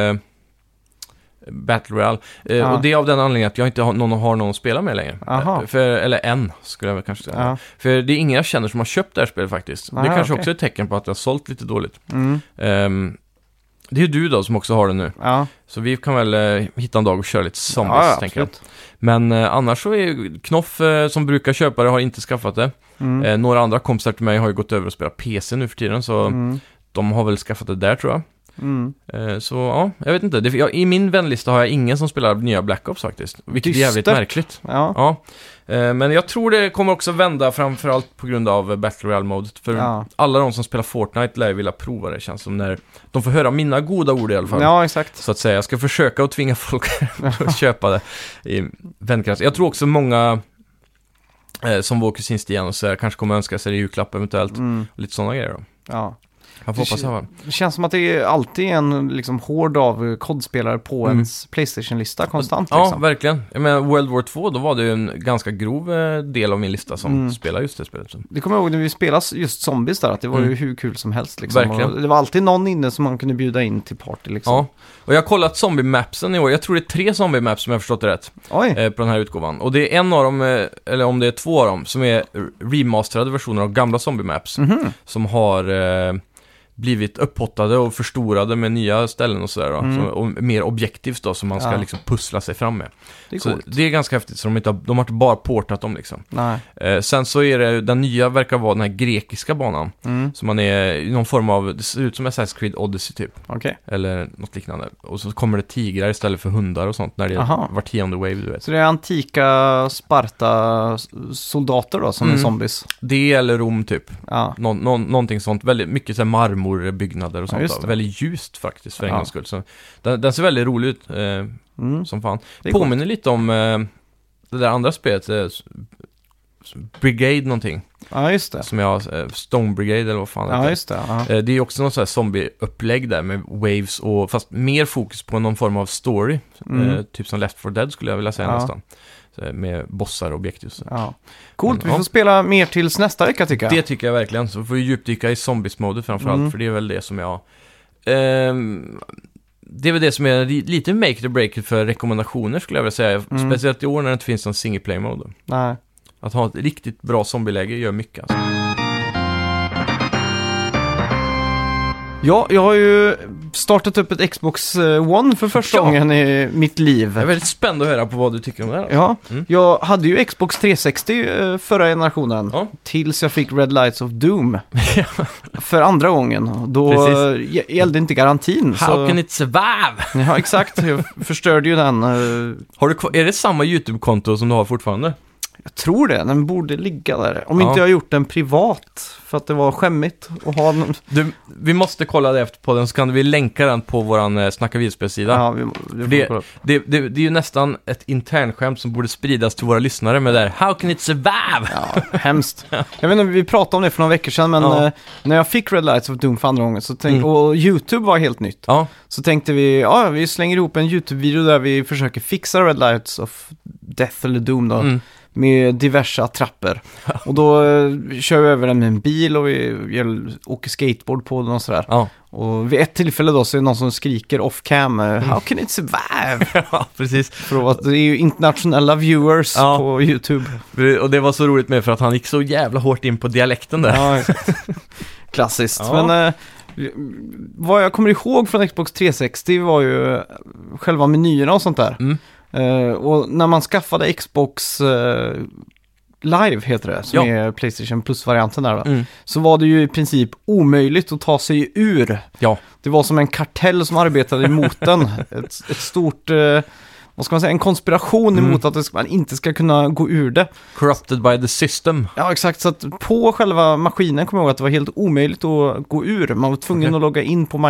Speaker 2: Battle Royale. Och det är av den anledningen att jag inte har någon att spela med längre. Eller en, skulle jag väl kanske säga. För det är ingen jag känner som har köpt det här spelet faktiskt. Det är kanske också ett tecken på att jag har sålt lite dåligt. Det är ju du då som också har det nu. Så vi kan väl hitta en dag och köra lite zombies, tänker jag. Men annars så är Knoff som brukar köpa det har inte skaffat det. Några andra kompisar till mig har ju gått över och spelat PC nu för tiden, så de har väl skaffat det där, tror jag. Så ja, jag vet inte. I min vänlista har jag ingen som spelar nya Black Ops faktiskt. Vilket är jävligt märkligt. Men jag tror det kommer också vända, framförallt på grund av Battle Royale-modet. För alla de som spelar Fortnite lär vilja prova det, känns som, när de får höra mina goda ord i alla fall.
Speaker 1: Ja, exakt.
Speaker 2: Så att säga, jag ska försöka att tvinga folk att köpa det i vänkrets. Jag tror också många som vår kusin Stian och så här, kanske kommer önska sig det i julklapp eventuellt. Och lite sådana grejer då.
Speaker 1: Ja.
Speaker 2: Jag får hoppas jag.
Speaker 1: Det känns som att det är alltid en liksom hård av kodspelare på ens PlayStation-lista konstant.
Speaker 2: Ja,
Speaker 1: liksom.
Speaker 2: Verkligen. Men World War 2, då var det ju en ganska grov del av min lista som spelar just det spelet.
Speaker 1: Det kommer jag ihåg när vi spelade just zombies där, att det var ju hur kul som helst. Liksom. Verkligen. Det var alltid någon inne som man kunde bjuda in till party. Liksom.
Speaker 2: Ja, och jag har kollat zombie-mapsen i år. Jag tror det är 3 zombie-maps som jag har förstått det rätt. På den här utgåvan. Och det är en av dem, eller om det är 2 av dem, som är remasterade versioner av gamla zombie-maps. Som har... blivit upphottade och förstorade med nya ställen och sådär då. Och mer objektivt då, som man ska liksom pussla sig fram med.
Speaker 1: Det är
Speaker 2: så det är ganska häftigt, så de har inte bara portat dem liksom. Sen så är det, den nya verkar vara den här grekiska banan. Så man är i någon form av, det ser ut som Assassin's Creed Odyssey typ. Eller något liknande. Och så kommer det tigrar istället för hundar och sånt när det är var 10:e wave, du vet.
Speaker 1: Så det är antika Sparta-soldater då som är zombies?
Speaker 2: Det eller Rom typ. Någonting sånt, väldigt mycket så här marmorbyggnader och sånt. Väldigt ljust faktiskt för en gångs skull. Så den ser väldigt rolig ut som fan. Det påminner lite om det där andra spelet, Brigade någonting.
Speaker 1: Ja, just det.
Speaker 2: Som Stone Brigade eller vad fan det
Speaker 1: heter. Just det.
Speaker 2: Det är också något så här zombie-upplägg där med waves och fast mer fokus på någon form av story. Typ som Left 4 Dead skulle jag vilja säga nästan. Med bossar och objektiv.
Speaker 1: Coolt, vi får spela mer tills nästa vecka tycker jag.
Speaker 2: Det tycker jag verkligen. Så får vi djupdyka i zombies-modet framförallt. För det är väl det som jag... det är väl det som är lite make the break för rekommendationer skulle jag vilja säga. Speciellt i år när det inte finns någon single play mode.
Speaker 1: Nej.
Speaker 2: Att ha ett riktigt bra zombieläge gör mycket. Alltså.
Speaker 1: Ja, jag har ju startat upp ett Xbox One för första gången i mitt liv.
Speaker 2: Jag är väldigt spänd att höra på vad du tycker om det här.
Speaker 1: Ja, jag hade ju Xbox 360 förra generationen.
Speaker 2: Ja.
Speaker 1: Tills jag fick Red Lights of Doom. För andra gången. Då gällde inte garantin.
Speaker 2: How can it survive?
Speaker 1: Ja, exakt. Jag förstörde ju den.
Speaker 2: Är det samma YouTube-konto som du har fortfarande?
Speaker 1: Jag tror det, den borde ligga där. Om inte jag har gjort den privat, för att det var skämmigt att ha den.
Speaker 2: Vi måste kolla det efter på den, så kan vi länka den på våran Snacka videospel-sida.
Speaker 1: Ja,
Speaker 2: det är ju nästan ett internskämt som borde spridas till våra lyssnare med det där. How can it survive?
Speaker 1: Ja, hemskt. Jag vet inte, vi pratade om det för några veckor sedan, men när jag fick Red Lights of Doom för andra gången så och YouTube var helt nytt.
Speaker 2: Ja.
Speaker 1: Så tänkte vi, vi slänger ihop en YouTube-video där vi försöker fixa Red Lights of Death eller Doom då. Med diverse attrapper. Och då kör vi över den med en bil och vi åker skateboard på den och sådär. Ja. Och vid ett tillfälle då så är det någon som skriker off-cam, how can it survive?
Speaker 2: Ja, precis.
Speaker 1: För att det är ju internationella viewers på YouTube.
Speaker 2: Och det var så roligt med för att han gick så jävla hårt in på dialekten där.
Speaker 1: Ja, klassiskt. Ja. Men vad jag kommer ihåg från Xbox 360 var ju själva menyerna och sånt där. Och när man skaffade Xbox Live heter det, som är PlayStation Plus-varianten där va? Så var det ju i princip omöjligt att ta sig ur. Ja. Det var som en kartell som arbetade emot den. Ett stort, vad ska man säga, en konspiration emot att man inte ska kunna gå ur det.
Speaker 2: Corrupted by the system.
Speaker 1: Ja, exakt. Så att på själva maskinen kommer jag ihåg att det var helt omöjligt att gå ur. Man var tvungen att logga in på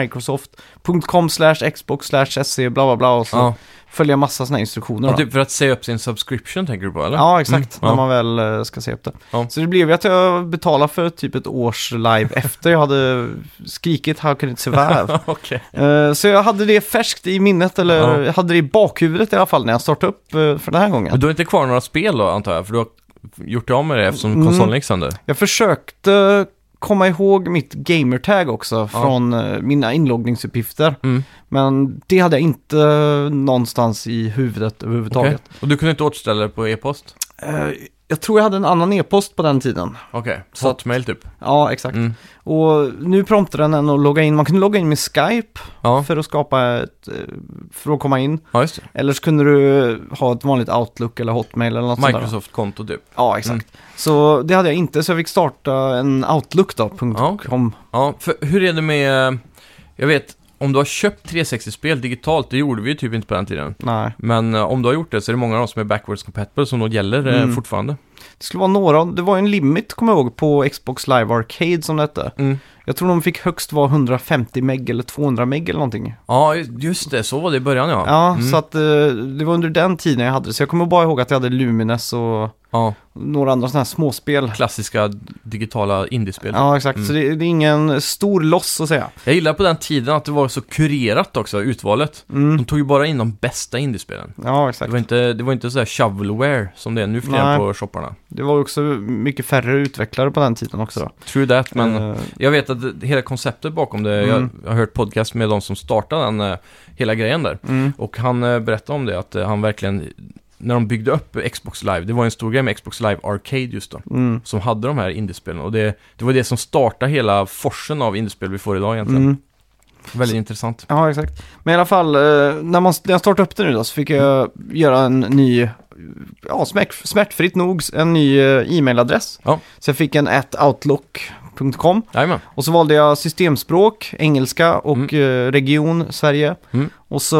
Speaker 1: Microsoft.com/Xbox/SC bla bla bla och så följa massa såna instruktioner.
Speaker 2: Ja, typ för att se upp sin subscription tänker du på, eller?
Speaker 1: Ja, exakt. När man väl ska se upp det. Ja. Så det blev ju att jag betalade för typ ett års live efter jag hade skrikit How can it survive?
Speaker 2: Okay.
Speaker 1: Så jag hade det färskt i minnet, eller jag hade det i bakhuvudet i alla fall när jag startade upp för den här gången.
Speaker 2: Men du har inte kvar några spel då, antar jag? För du har gjort det av med det eftersom konsolen gick sönder.
Speaker 1: Jag försökte komma ihåg mitt gamertag också från mina inloggningsuppgifter. Men det hade jag inte någonstans i huvudet överhuvudtaget.
Speaker 2: Okay. Och du kunde inte återställa det på e-post?
Speaker 1: Jag tror jag hade en annan e-post på den tiden.
Speaker 2: Okej, Hotmail typ?
Speaker 1: Ja, exakt. Och nu promptar den en att logga in. Man kunde logga in med Skype för att skapa för att komma in.
Speaker 2: Ja, just det.
Speaker 1: Eller så kunde du ha ett vanligt Outlook eller Hotmail eller något sånt där.
Speaker 2: Microsoft-konto typ.
Speaker 1: Ja, exakt. Så det hade jag inte, så jag fick starta en Outlook då, .com.
Speaker 2: Ja, för hur är det med, jag vet, om du har köpt 360-spel digitalt, det gjorde vi ju typ inte på den tiden. Nej. Men om du har gjort det så är det många av dem som är backwards compatible som nog gäller fortfarande.
Speaker 1: Det skulle vara några, det var en limit kommer jag ihåg på Xbox Live Arcade som det hette. Jag tror de fick högst vara 150 meg eller 200 meg eller någonting.
Speaker 2: Ja, just det, så var det i början
Speaker 1: Ja, så att det var under den tiden jag hade det. Så jag kommer bara ihåg att jag hade Lumines och några andra sådana här småspel.
Speaker 2: Klassiska digitala indiespel.
Speaker 1: Ja, exakt. Så det är ingen stor loss att säga.
Speaker 2: Jag gillar på den tiden att det var så kurerat också, utvalet. De tog ju bara in de bästa indiespelen.
Speaker 1: Ja, exakt.
Speaker 2: Det var inte så här shovelware som det är nu för tiden på shopparna.
Speaker 1: Det var också mycket färre utvecklare på den tiden också då.
Speaker 2: True that, men jag vet att hela konceptet bakom det, jag har hört podcast med de som startade den hela grejen där. Och han berättade om det, att han verkligen, när de byggde upp Xbox Live, det var en stor grej med Xbox Live Arcade just då, som hade de här indiespelen. Och det var det som startade hela forsen av indiespel vi får idag egentligen. Väldigt intressant.
Speaker 1: Ja, exakt. Men i alla fall, när jag startade upp det nu då, så fick jag göra en ny, smärtfritt nog, en ny e-mailadress. Ja. Så jag fick en @outlook.com.
Speaker 2: Jajamän.
Speaker 1: Och så valde jag systemspråk, engelska och region, Sverige. Och så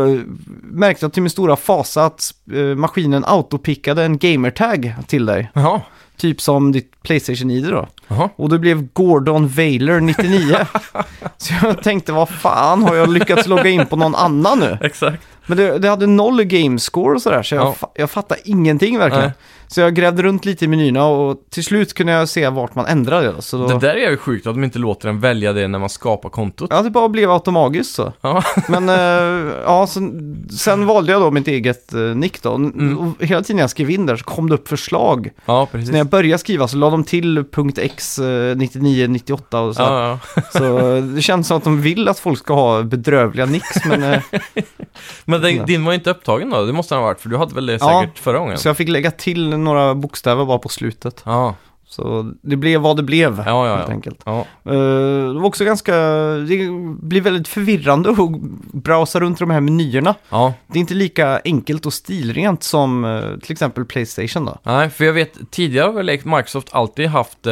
Speaker 1: märkte jag till min stora fasa att maskinen autopickade en gamertag till dig.
Speaker 2: Jaha.
Speaker 1: Typ som ditt PlayStation-ID då.
Speaker 2: Aha.
Speaker 1: Och det blev Gordon Vaylor 99. Så jag tänkte, vad fan, har jag lyckats logga in på någon annan nu?
Speaker 2: Exakt.
Speaker 1: Men det hade 0 gamescore och sådär, så jag fattar ingenting verkligen.
Speaker 2: Nej.
Speaker 1: Så jag grävde runt lite i menyerna och till slut kunde jag se vart man ändrade det. Så då...
Speaker 2: Det där är ju sjukt att de inte låter en välja det när man skapar kontot.
Speaker 1: Ja, det bara blev automatiskt så.
Speaker 2: Ja.
Speaker 1: Men ja, sen valde jag då mitt eget nick då. Och hela tiden jag skrev in där så kom det upp förslag.
Speaker 2: Ja, precis.
Speaker 1: Så när jag började skriva så la de till .x 9998 och så.
Speaker 2: Ja.
Speaker 1: Så det känns som att de vill att folk ska ha bedrövliga nicks. Men,
Speaker 2: Men din var inte upptagen då? Det måste den ha varit, för du hade väl det säkert förra gången?
Speaker 1: Så jag fick lägga till några bokstäver bara på slutet.
Speaker 2: Ja.
Speaker 1: Så det blev vad det blev, helt enkelt.
Speaker 2: Ja.
Speaker 1: Det var också det blir väldigt förvirrande att browsa runt de här menyerna.
Speaker 2: Ja.
Speaker 1: Det är inte lika enkelt och stilrent som till exempel PlayStation då.
Speaker 2: Nej, för jag vet, tidigare har väl Microsoft alltid haft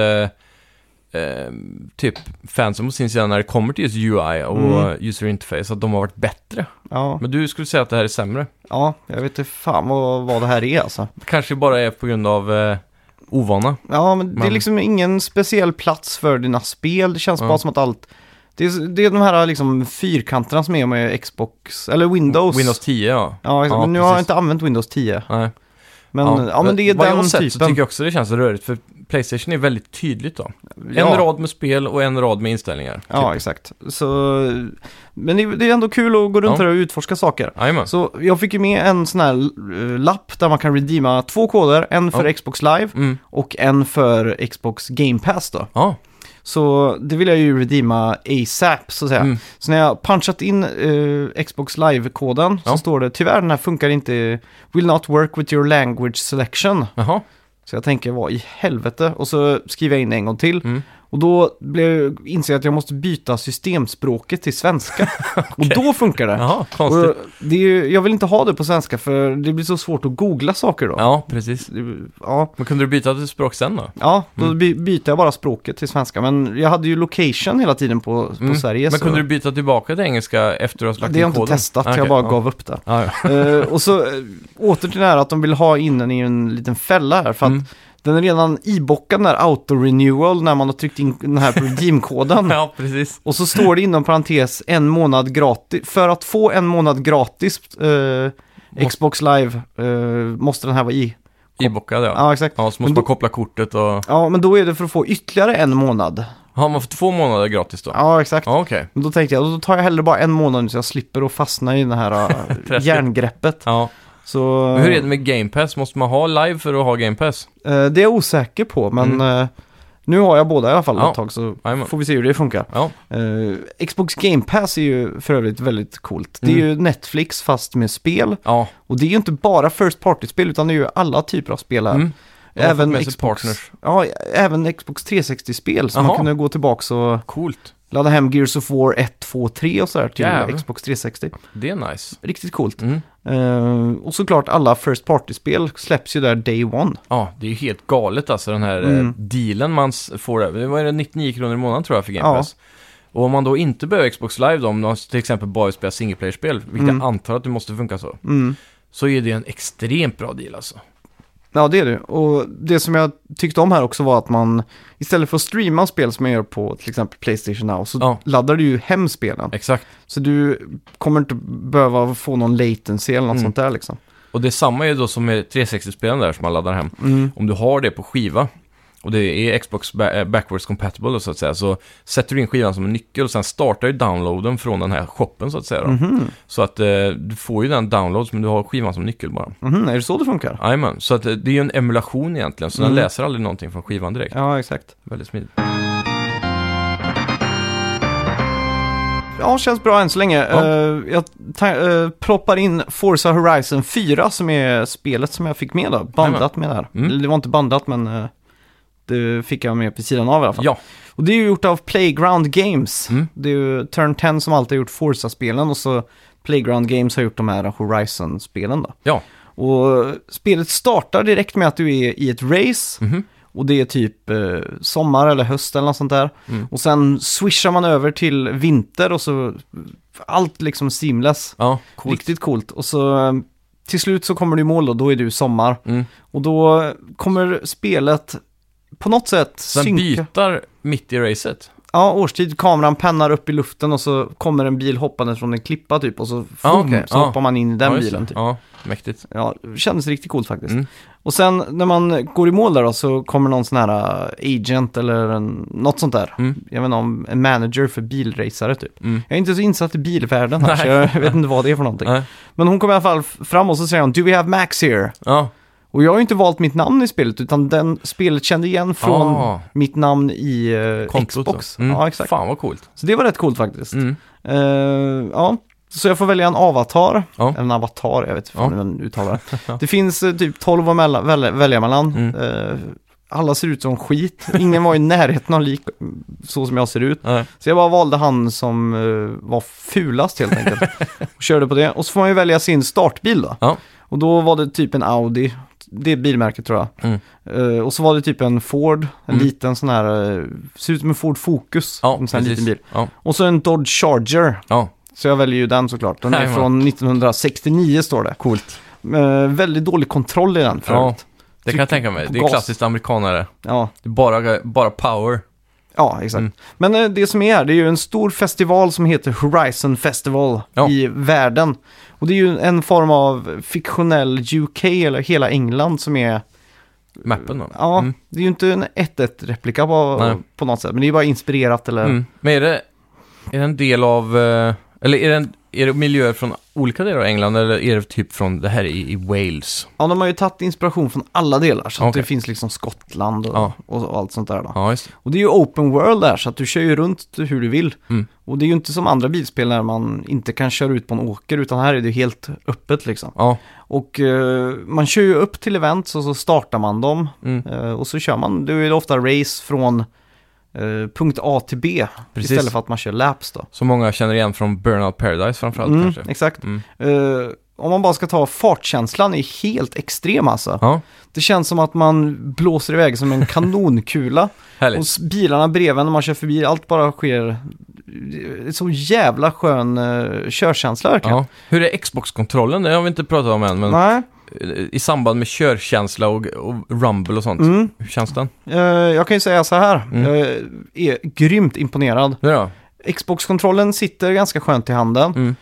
Speaker 2: typ fansen på sin sida när det kommer till just UI och user interface, att de har varit bättre.
Speaker 1: Ja.
Speaker 2: Men du skulle säga att det här är sämre?
Speaker 1: Ja, jag vet inte fan vad det här är alltså.
Speaker 2: Det kanske bara är på grund av ovana.
Speaker 1: Ja, men det är liksom ingen speciell plats för dina spel. Det känns bara som att allt... Det är de här liksom fyrkanterna som är med Xbox, eller Windows.
Speaker 2: Windows 10, ja.
Speaker 1: Ja, men nu har jag inte använt Windows 10.
Speaker 2: Nej.
Speaker 1: Men men det är
Speaker 2: vad jag har
Speaker 1: den
Speaker 2: sett
Speaker 1: typen.
Speaker 2: så tycker jag också det känns rörigt, för PlayStation är väldigt tydligt då. En rad med spel och en rad med inställningar.
Speaker 1: Ja,
Speaker 2: typ.
Speaker 1: exakt. Så, men det är ändå kul att gå runt här och utforska saker.
Speaker 2: Amen.
Speaker 1: Så jag fick ju med en sån här lapp där man kan redeema 2 koder. En för Xbox Live och en för Xbox Game Pass då.
Speaker 2: Ja.
Speaker 1: Så det vill jag ju redeema ASAP så att säga. Så när jag punchat in Xbox Live-koden så står det tyvärr den här funkar inte, will not work with your language selection.
Speaker 2: Jaha.
Speaker 1: Så jag tänker, vad i helvete? Och så skriver jag in en gång till. Och då inser jag att jag måste byta systemspråket till svenska. Och då funkar det.
Speaker 2: Jaha, konstigt.
Speaker 1: Och jag vill inte ha det på svenska för det blir så svårt att googla saker då.
Speaker 2: Ja, precis.
Speaker 1: Ja.
Speaker 2: Men kunde du byta till språk sen då?
Speaker 1: Ja, då byter jag bara språket till svenska. Men jag hade ju location hela tiden på Sverige.
Speaker 2: Men kunde du byta tillbaka till engelska efter att du har lagt in koden?
Speaker 1: Det har jag inte testat, jag bara gav upp det.
Speaker 2: Ja.
Speaker 1: Och så åter till det här att de vill ha in den i en liten fälla här. För att den är redan ibockad den här auto-renewal när man har tryckt in den här redeem-koden.
Speaker 2: Ja, precis.
Speaker 1: Och så står det inom parentes 1 månad gratis. För att få 1 månad gratis Xbox Live måste den här vara
Speaker 2: ibockad, ja.
Speaker 1: Ja, exakt.
Speaker 2: Ja, så måste man koppla kortet och...
Speaker 1: Ja, men då är det för att få ytterligare 1 månad.
Speaker 2: Har man fått 2 månader gratis då?
Speaker 1: Ja, exakt.
Speaker 2: Ja, okej.
Speaker 1: Men då tänkte jag, då tar jag hellre bara 1 månad så jag slipper att fastna i det här järngreppet.
Speaker 2: Ja.
Speaker 1: Så,
Speaker 2: men hur är det med Game Pass? Måste man ha live för att ha Game Pass?
Speaker 1: det är jag osäker på, men nu har jag båda i alla fall ett tag, så får vi se hur det funkar.
Speaker 2: Ja.
Speaker 1: Xbox Game Pass är ju för övrigt väldigt coolt. Det är ju Netflix fast med spel.
Speaker 2: Ja.
Speaker 1: Och det är ju inte bara first party-spel utan det är ju alla typer av spel här. Även även Xbox 360-spel, så man kunde gå tillbaka och
Speaker 2: coolt.
Speaker 1: ladda hem Gears of War 1, 2, 3 och sådär till Xbox 360.
Speaker 2: Det är nice.
Speaker 1: Riktigt coolt. Och såklart alla first party-spel släpps ju där day one.
Speaker 2: Ja, det är ju helt galet alltså den här dealen man får där. Det var ju 99 kronor i månaden tror jag för Game Pass. Och om man då inte behöver Xbox Live då, om man till exempel bara spelar single player-spel, vilket jag antar att det måste funka så är det en extremt bra deal alltså.
Speaker 1: Ja, det är det. Och det som jag tyckte om här också var att man istället för att streama spel som man gör på till exempel PlayStation Now så laddar du ju hem spelen.
Speaker 2: Exakt.
Speaker 1: Så du kommer inte behöva få någon latency eller något sånt där liksom.
Speaker 2: Och det är samma ju då som med 360-spelen där som man laddar hem. Om du har det på skiva och det är Xbox backwards compatible så att säga, så sätter du in skivan som en nyckel och sen startar ju downloaden från den här shoppen så att säga då. Så att du får ju den download men du har skivan som nyckel bara.
Speaker 1: Är det så det funkar?
Speaker 2: Jajamän, så att det är ju en emulation egentligen, så den läser aldrig någonting från skivan direkt.
Speaker 1: Ja, exakt.
Speaker 2: Väldigt smidigt.
Speaker 1: Ja, känns bra än så länge. Jag ploppar in Forza Horizon 4 som är spelet som jag fick med då. Bandat med där. Eller det var inte bandat, men det fick jag med på sidan av i alla fall.
Speaker 2: Ja.
Speaker 1: Och det är ju gjort av Playground Games. Det är ju Turn 10 som alltid har gjort Forza-spelen och så Playground Games har gjort de här Horizon-spelen då.
Speaker 2: Ja.
Speaker 1: Och spelet startar direkt med att du är i ett race. Och det är typ sommar eller höst eller något sånt där. Och sen swishar man över till vinter och så allt liksom seamless.
Speaker 2: Ja, coolt.
Speaker 1: Riktigt coolt. Och så till slut så kommer du i mål då är du sommar. Och då kommer spelet på något sätt
Speaker 2: sen byter mitt i racet.
Speaker 1: Ja, årstid. Kameran pennar upp i luften och så kommer en bil hoppande från en klippa typ och så, så hoppar man in i den bilen typ.
Speaker 2: Ja, mäktigt.
Speaker 1: Ja, det kändes riktigt coolt faktiskt. Och sen när man går i mål där då, så kommer någon sån här agent eller något sånt där. Jag vet inte, om en manager för bilracare typ. Jag är inte så insatt i bilvärlden här, så jag vet inte vad det är för någonting. Men hon kommer i alla fall fram och så säger hon, "Do we have Max here?"
Speaker 2: Ja.
Speaker 1: Och jag har ju inte valt mitt namn i spelet, utan spelet kände igen från mitt namn i Xbox. Ja, exakt.
Speaker 2: Fan vad coolt.
Speaker 1: Så det var rätt coolt faktiskt. Ja, så jag får välja en avatar. En avatar, jag vet inte hur man uttalar det. Det finns typ 12 att välja mellan. Alla ser ut som skit. Ingen var i närheten av lik så som jag ser ut. Så jag bara valde han som var fulast helt enkelt. Och körde på det. Och så får man ju välja sin startbil då. Och då var det typ en Audi. Det är bilmärket tror jag. Och så var det typ en Ford. En liten sån här, ser ut som en Ford Focus. En sån här liten bil. Och så en Dodge Charger. Så jag väljer ju den såklart. Den är från 1969 står det.
Speaker 2: Coolt.
Speaker 1: Väldigt dålig kontroll i den förut.
Speaker 2: Det kan jag tänka mig. Det är klassiskt amerikanare.
Speaker 1: Ja.
Speaker 2: Det är bara power.
Speaker 1: Ja, exakt. Men det som är, det är ju en stor festival som heter Horizon Festival i världen. Och det är ju en form av fiktionell UK eller hela England som är...
Speaker 2: Mappen då?
Speaker 1: Ja, det är ju inte en 1-1-replika på något sätt. Men det är bara inspirerat eller...
Speaker 2: Men är det en del av... Eller är det miljöer från olika delar av England eller är det typ från det här i Wales?
Speaker 1: Ja, de har ju tagit inspiration från alla delar så att det finns liksom Skottland och allt sånt där då.
Speaker 2: Ja, just det.
Speaker 1: Och det är ju open world där så att du kör ju runt hur du vill. Och det är ju inte som andra bilspel när man inte kan köra ut på en åker utan här är det helt öppet liksom. Ja. Och man kör ju upp till events och så startar man dem och så kör man, det är ju ofta race från punkt A till B. Precis. Istället för att man kör laps då.
Speaker 2: Så många känner igen från Burnout Paradise framförallt kanske.
Speaker 1: Exakt. Om man bara ska ta fartkänslan är helt extrem alltså. Ja. Det känns som att man blåser iväg som en kanonkula. Och bilarna bredvid när man kör förbi, allt bara sker. Det är så jävla skön körkänsla verkligen. Ja.
Speaker 2: Hur är Xbox-kontrollen? Det har vi inte pratat om än, men... Nej. I samband med körkänsla och rumble och sånt. Hur känns den?
Speaker 1: Jag kan ju säga så här. Jag är grymt imponerad. Ja. Xbox-kontrollen sitter ganska skönt i handen.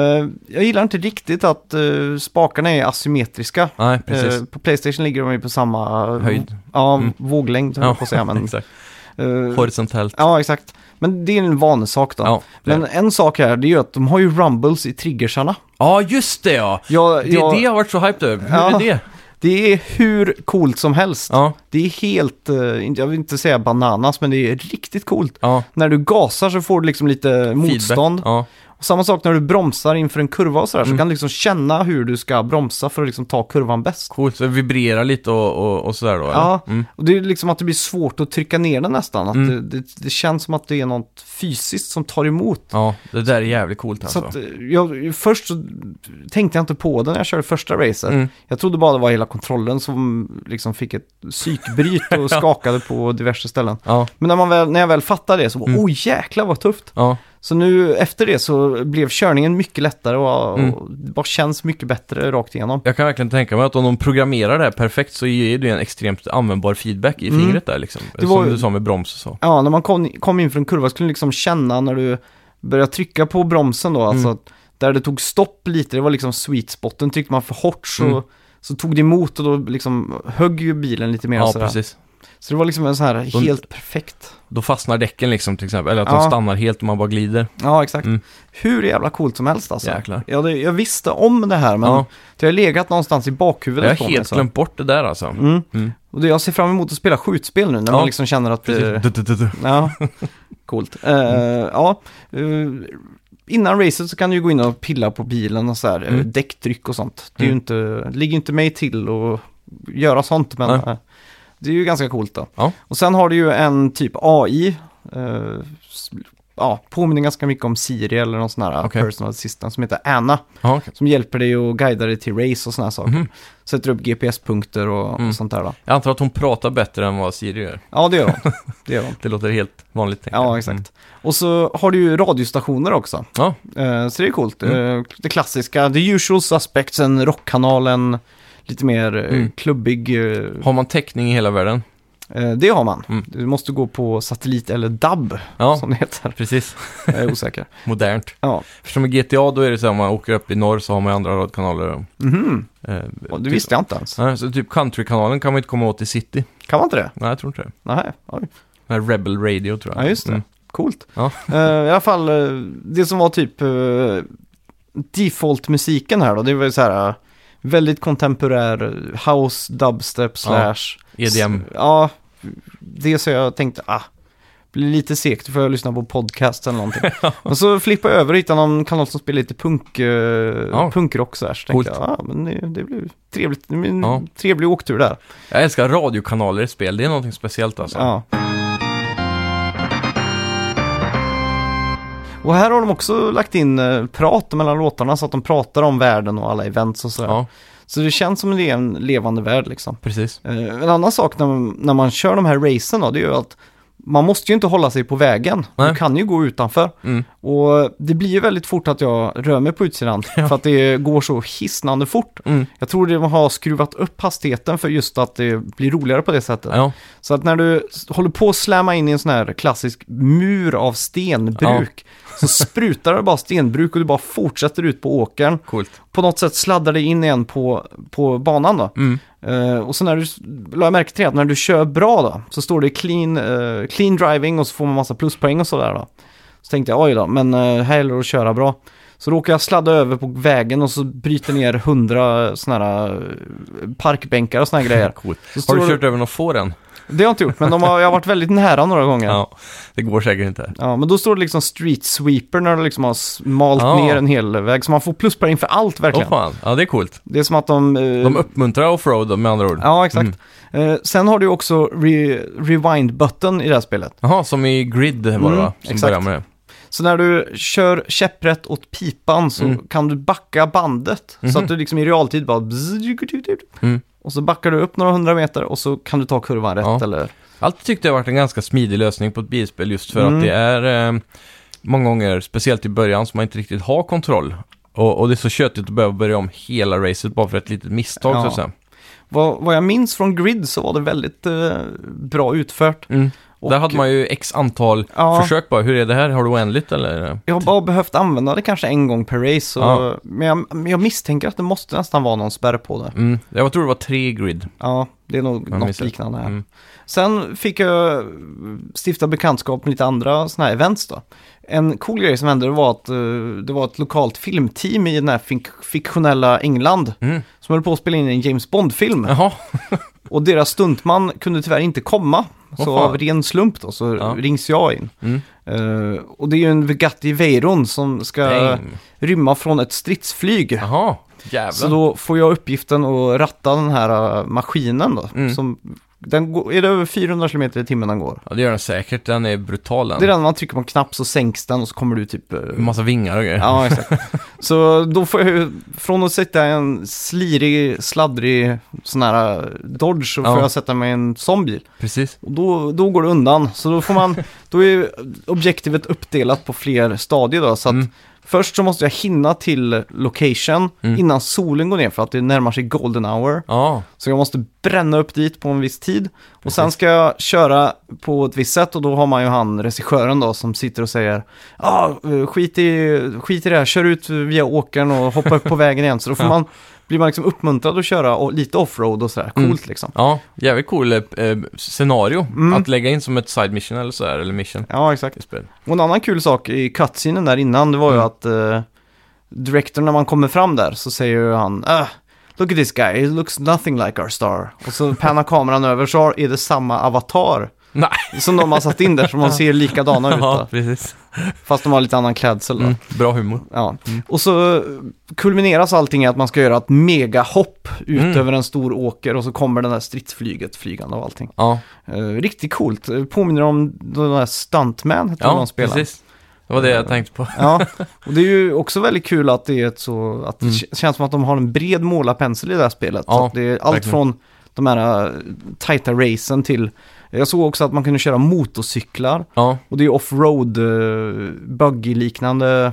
Speaker 1: Jag gillar inte riktigt att spakarna är asymmetriska.
Speaker 2: Nej, precis.
Speaker 1: På PlayStation ligger de ju på samma
Speaker 2: höjd.
Speaker 1: Ja, våglängd på att säga. Men,
Speaker 2: exakt. Horisontellt.
Speaker 1: Ja, exakt. Men det är en vanesak då. Ja, men en sak här, det är ju att de har ju rumbles i triggersarna.
Speaker 2: Ja, just det ja. Det har varit så hyped över. Hur är det?
Speaker 1: Det är hur coolt som helst. Ja. Det är helt, jag vill inte säga bananas, men det är riktigt coolt. Ja. När du gasar så får du liksom lite motstånd. Ja. Och samma sak när du bromsar inför en kurva och sådär, så kan du liksom känna hur du ska bromsa för att liksom ta kurvan bäst.
Speaker 2: Coolt, så det vibrerar lite och sådär då?
Speaker 1: Ja, och det är liksom att det blir svårt att trycka ner den nästan. Att det känns som att det är något fysiskt som tar emot.
Speaker 2: Ja, det där är jävligt coolt alltså.
Speaker 1: Så att, först så tänkte jag inte på det när jag körde första racet. Jag trodde bara det var hela kontrollen som liksom fick ett psykbryt och skakade på diverse ställen. Ja. Men när jag väl fattade det så var jäklar vad tufft. Ja. Så nu efter det så blev körningen mycket lättare och det bara känns mycket bättre rakt igenom.
Speaker 2: Jag kan verkligen tänka mig att om de programmerar det här perfekt så ger det en extremt användbar feedback i fingret där liksom. Som du sa med broms och så.
Speaker 1: Ja, när man kom in för en kurva skulle du liksom känna när du började trycka på bromsen då, alltså där det tog stopp lite, det var liksom sweet spoten, tyckte man för hårt så tog det emot och då liksom högg ju bilen lite mer.
Speaker 2: Ja, precis.
Speaker 1: Så det var liksom en så här helt perfekt.
Speaker 2: Då fastnar däcken liksom till exempel. Eller att de stannar helt och man bara glider.
Speaker 1: Ja, exakt. Hur jävla coolt som helst alltså.
Speaker 2: Jäklar.
Speaker 1: Jag visste om det här, men det har legat någonstans i bakhuvudet.
Speaker 2: Jag har helt glömt bort det där alltså.
Speaker 1: Och jag ser fram emot att spela skjutspel nu när man liksom känner att... Ja, coolt. Innan racet så kan du ju gå in och pilla på bilen och så här, däcktryck och sånt. Det är ju inte, ligger inte mig till att göra sånt, men... Det är ju ganska coolt då. Ja. Och sen har du ju en typ AI. Påminner ganska mycket om Siri eller någon sån här personal assistant som heter Anna. Som hjälper dig och guidar dig till race och såna här saker. Sätter upp GPS-punkter och sånt där då.
Speaker 2: Jag antar att hon pratar bättre än vad Siri gör.
Speaker 1: Ja, det gör hon.
Speaker 2: Det låter helt vanligt.
Speaker 1: Ja, exakt. Och så har du ju radiostationer också. Ja. Så det är coolt. Det klassiska, the usual suspects, en rockkanal, en lite mer klubbig.
Speaker 2: Har man täckning i hela världen?
Speaker 1: Det har man. Du måste gå på satellit eller DAB, som det heter.
Speaker 2: Precis.
Speaker 1: Jag är osäker.
Speaker 2: Modernt.
Speaker 1: Ja.
Speaker 2: För som i GTA då är det så att om man åker upp i norr så har man andra radiokanaler.
Speaker 1: Det visste jag inte ens.
Speaker 2: Nej, så typ countrykanalen kan man inte komma åt i city.
Speaker 1: Kan man inte det?
Speaker 2: Nej, jag tror inte det.
Speaker 1: Nej, oj.
Speaker 2: Den här Rebel Radio tror jag.
Speaker 1: Ja, just det. Coolt.
Speaker 2: Ja.
Speaker 1: I alla fall, det som var typ default-musiken här då, det var ju så här väldigt kontemporär house, dubstep,
Speaker 2: EDM.
Speaker 1: Ja, det så jag tänkte, blir lite segt för att lyssna på podcast eller någonting. Och så flippade jag över och hittade någon kanal som spelar lite punkrock så här. Så tänkte jag, men det blir trevligt. Det blir en trevlig åktur där.
Speaker 2: Jag älskar radiokanaler i spel, det är någonting speciellt alltså.
Speaker 1: Ja. Och här har de också lagt in prat mellan låtarna så att de pratar om världen och alla events och sådär.
Speaker 2: Ja.
Speaker 1: Så det känns som det är en levande värld liksom.
Speaker 2: Precis.
Speaker 1: En annan sak när man kör de här racen då, det är ju att man måste ju inte hålla sig på vägen.
Speaker 2: Nej.
Speaker 1: Du kan ju gå utanför. Och det blir ju väldigt fort att jag rör mig på utsidan. För att det går så hisnande fort. Jag tror det har skruvat upp hastigheten för just att det blir roligare på det sättet.
Speaker 2: Ja.
Speaker 1: Så att när du håller på att slämma in i en sån här klassisk mur av stenbruk så sprutar det bara stenbruk och du bara fortsätter ut på åkern.
Speaker 2: Coolt.
Speaker 1: På något sätt sladdar det in igen på banan då. Och så när du la märke till att när du kör bra då så står det clean driving och så får man massa pluspoäng och sådär då. Så tänkte jag, oj då, men här gäller det att köra bra. Så råkar jag sladda över på vägen och så bryter ner 100 såna här parkbänkar och såna här grejer.
Speaker 2: Coolt. Har du kört över någon får än?
Speaker 1: Det har jag inte gjort, men jag har varit väldigt nära några gånger.
Speaker 2: Ja, det går säkert inte.
Speaker 1: Ja, men då står det liksom street sweeper när du liksom har malt ner en hel väg. Så man får pluspoäng för allt verkligen.
Speaker 2: Fan. Ja, det är coolt.
Speaker 1: Det är som att de
Speaker 2: uppmuntrar offroad med andra ord.
Speaker 1: Ja, exakt. Sen har du också rewind-button i det här spelet.
Speaker 2: Jaha, som i Grid var det va? Som
Speaker 1: exakt.
Speaker 2: börjar med det.
Speaker 1: Så när du kör käpprätt åt pipan så kan du backa bandet. Så att du liksom i realtid bara... Och så backar du upp några 100 meter och så kan du ta kurvan rätt. Eller...
Speaker 2: Alltid tyckte jag varit en ganska smidig lösning på ett bilspel just för att det är många gånger, speciellt i början, som man inte riktigt har kontroll. Och det är så köttigt att behöva börja om hela racet bara för ett litet misstag. Så att säga.
Speaker 1: Vad jag minns från Grid så var det väldigt bra utfört.
Speaker 2: Och där hade man ju x antal försök bara. Hur är det här? Har du oändligt eller?
Speaker 1: Jag har bara behövt använda det kanske en gång per race. Så, men jag misstänker att det måste nästan vara någon spärr på det.
Speaker 2: Jag tror det var 3 Grid.
Speaker 1: Ja, det är nog något liknande här. Sen fick jag stifta bekantskap med lite andra såna här events då. En cool grej som hände var att det var ett lokalt filmteam i den här fiktionella England som höll på att spela in en James Bond-film.
Speaker 2: Jaha.
Speaker 1: Och deras stuntman kunde tyvärr inte komma. Så av ren slump då så rings jag in. Och det är ju en Bugatti Veyron som ska rymma från ett stridsflyg.
Speaker 2: Jaha, jävlar.
Speaker 1: Så då får jag uppgiften att ratta den här maskinen då. Som, är det över 400 km i timmen den går?
Speaker 2: Ja, det gör den säkert. Den är brutal.
Speaker 1: Det är den man trycker på en knapp så sänks den och så kommer du typ...
Speaker 2: En massa vingar och grejer.
Speaker 1: Ja, exakt. Så då får jag ju, från att sätta en slirig, sladdrig sån här Dodge så får jag sätta mig i en sån bil.
Speaker 2: Precis.
Speaker 1: Och då går det undan. Så då får man, då är objektivet uppdelat på fler stadier då. Så att först så måste jag hinna till location innan solen går ner för att det närmar sig golden hour. Så jag måste bränna upp dit på en viss tid. Och sen ska jag köra på ett visst sätt och då har man ju han regissören då som sitter och säger skit i det här, kör ut via åkern och hoppa upp på vägen igen. Så då får blir man liksom uppmuntrad att köra lite offroad och sådär. Coolt liksom.
Speaker 2: Ja, jävligt cool scenario att lägga in som ett side mission eller sådär, eller mission.
Speaker 1: Ja, exakt. Och en annan kul sak i cutscenen där innan, det var ju att directorn när man kommer fram där så säger han look at this guy, he looks nothing like our star. Och så pannar kameran över så är det samma avatar.
Speaker 2: Nej.
Speaker 1: Som de har satt in där, som man ser likadana ut.
Speaker 2: Ja, precis.
Speaker 1: Fast de har lite annan klädsel då.
Speaker 2: Bra humor.
Speaker 1: Ja. Och så kulmineras allting i att man ska göra ett megahopp ut över en stor åker och så kommer den där stridsflyget flygande och allting.
Speaker 2: Ja.
Speaker 1: Riktigt coolt. Påminner om den där Stuntman heter de spelar.
Speaker 2: Precis. Det var det jag tänkte på.
Speaker 1: Ja, och det är ju också väldigt kul att det är ett så att det känns som att de har en bred målarpensel i det här spelet.
Speaker 2: Ja,
Speaker 1: så att det är allt från de här tajta racen till... Jag såg också att man kunde köra motorcyklar.
Speaker 2: Ja.
Speaker 1: Och det är offroad, buggy-liknande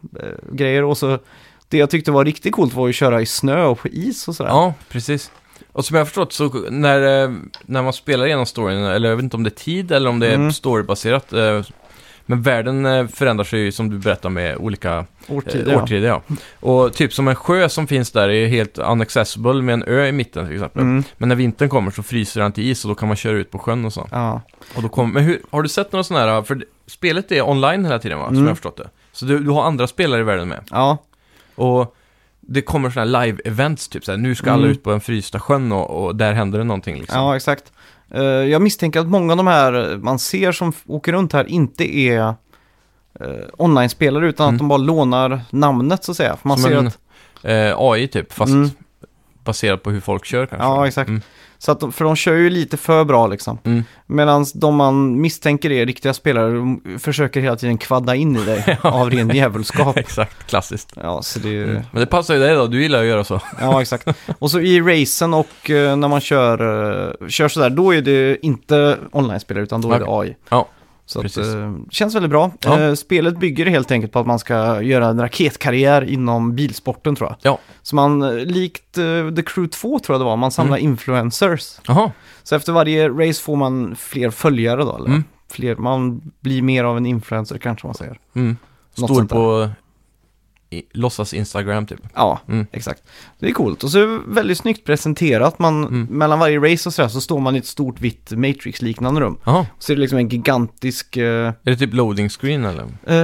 Speaker 1: grejer. Och så det jag tyckte var riktigt coolt var att köra i snö och på is och sådär.
Speaker 2: Ja, precis. Och som jag har förstått så när man spelar igenom storyn, eller jag vet inte om det är tid eller om det är storybaserat, men världen förändrar sig ju som du berättar med olika årtider. Ja. Och typ som en sjö som finns där är helt unaccessible med en ö i mitten till exempel. Men när vintern kommer så fryser den till is och då kan man köra ut på sjön och så.
Speaker 1: Ja.
Speaker 2: Och då men har du sett några sådana här, för spelet är online hela tiden va, som jag har förstått det. Så du har andra spelare i världen med.
Speaker 1: Ja.
Speaker 2: Och det kommer sådana här live-events typ såhär, nu ska alla ut på en frysta sjön och där händer det någonting liksom.
Speaker 1: Ja, exakt. Jag misstänker att många av de här man ser som åker runt här inte är online-spelare utan att de bara lånar namnet så att säga. För man
Speaker 2: som
Speaker 1: ser
Speaker 2: en
Speaker 1: att
Speaker 2: AI typ, fast baserat på hur folk kör kanske.
Speaker 1: Ja, exakt. Så att för de kör ju lite för bra liksom. Medan de man misstänker är riktiga spelare, de försöker hela tiden kvadda in i dig av ren djävulskap.
Speaker 2: Exakt, klassiskt.
Speaker 1: Ja, så det är...
Speaker 2: Men det passar ju dig då, du gillar att göra så.
Speaker 1: Ja, exakt. Och så i racen och när man kör sådär, då är det inte online-spelare utan då är det AI.
Speaker 2: Ja.
Speaker 1: Så att, känns väldigt bra. Ja. Spelet bygger helt enkelt på att man ska göra en raketkarriär inom bilsporten tror jag. Ja. Så man, likt The Crew 2 tror jag det var, man samlar influencers.
Speaker 2: Aha.
Speaker 1: Så efter varje race får man fler följare då, eller? Man blir mer av en influencer kanske man säger.
Speaker 2: Stor på låtsas Instagram typ.
Speaker 1: Ja, exakt. Det är coolt. Och så är det väldigt snyggt presenterat. Mellan varje race och så står man i ett stort vitt Matrix-liknande rum. Så är det liksom en gigantisk...
Speaker 2: Är det typ loading screen eller?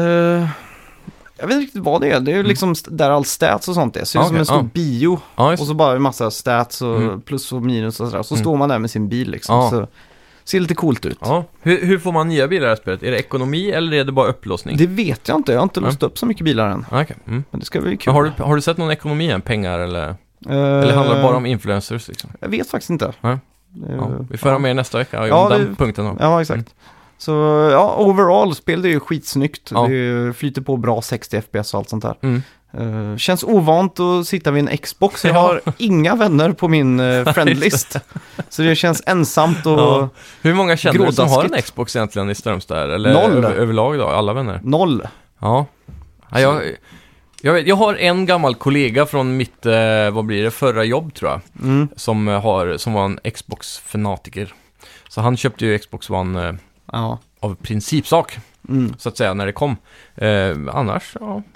Speaker 1: Jag vet inte riktigt vad det är. Det är liksom där all stats och sånt är. Så det är som en stor bio. Och så bara en massa stats och plus och minus och sådär. Så står man där med sin bil liksom. Så ser lite coolt ut.
Speaker 2: Ja. Hur får man nya bilar i det här spelet? Är det ekonomi eller är det bara upplåsning?
Speaker 1: Det vet jag inte. Jag har inte låst upp så mycket bilar än.
Speaker 2: Okay.
Speaker 1: Men det ska bli kul.
Speaker 2: Har du sett någon ekonomi än? Pengar eller? Eller handlar det bara om influencers liksom?
Speaker 1: Jag vet faktiskt inte.
Speaker 2: Vi får höra mer nästa vecka om den punkten. Då.
Speaker 1: Ja, exakt. Så ja, overall, spelet är ju skitsnyggt. Det flyter på bra 60 FPS och allt sånt där. Känns ovant att sitta vid en Xbox. Jag har inga vänner på min friendlist. Så det känns ensamt och
Speaker 2: hur många känner du som har en Xbox egentligen i Strömstad? Eller
Speaker 1: 0.
Speaker 2: Överlag då, alla vänner?
Speaker 1: 0.
Speaker 2: Ja. Jag har en gammal kollega från mitt, vad blir det, förra jobb tror jag. Som var en Xbox-fanatiker. Så han köpte ju Xbox One av principsak. Så att säga, när det kom. Annars,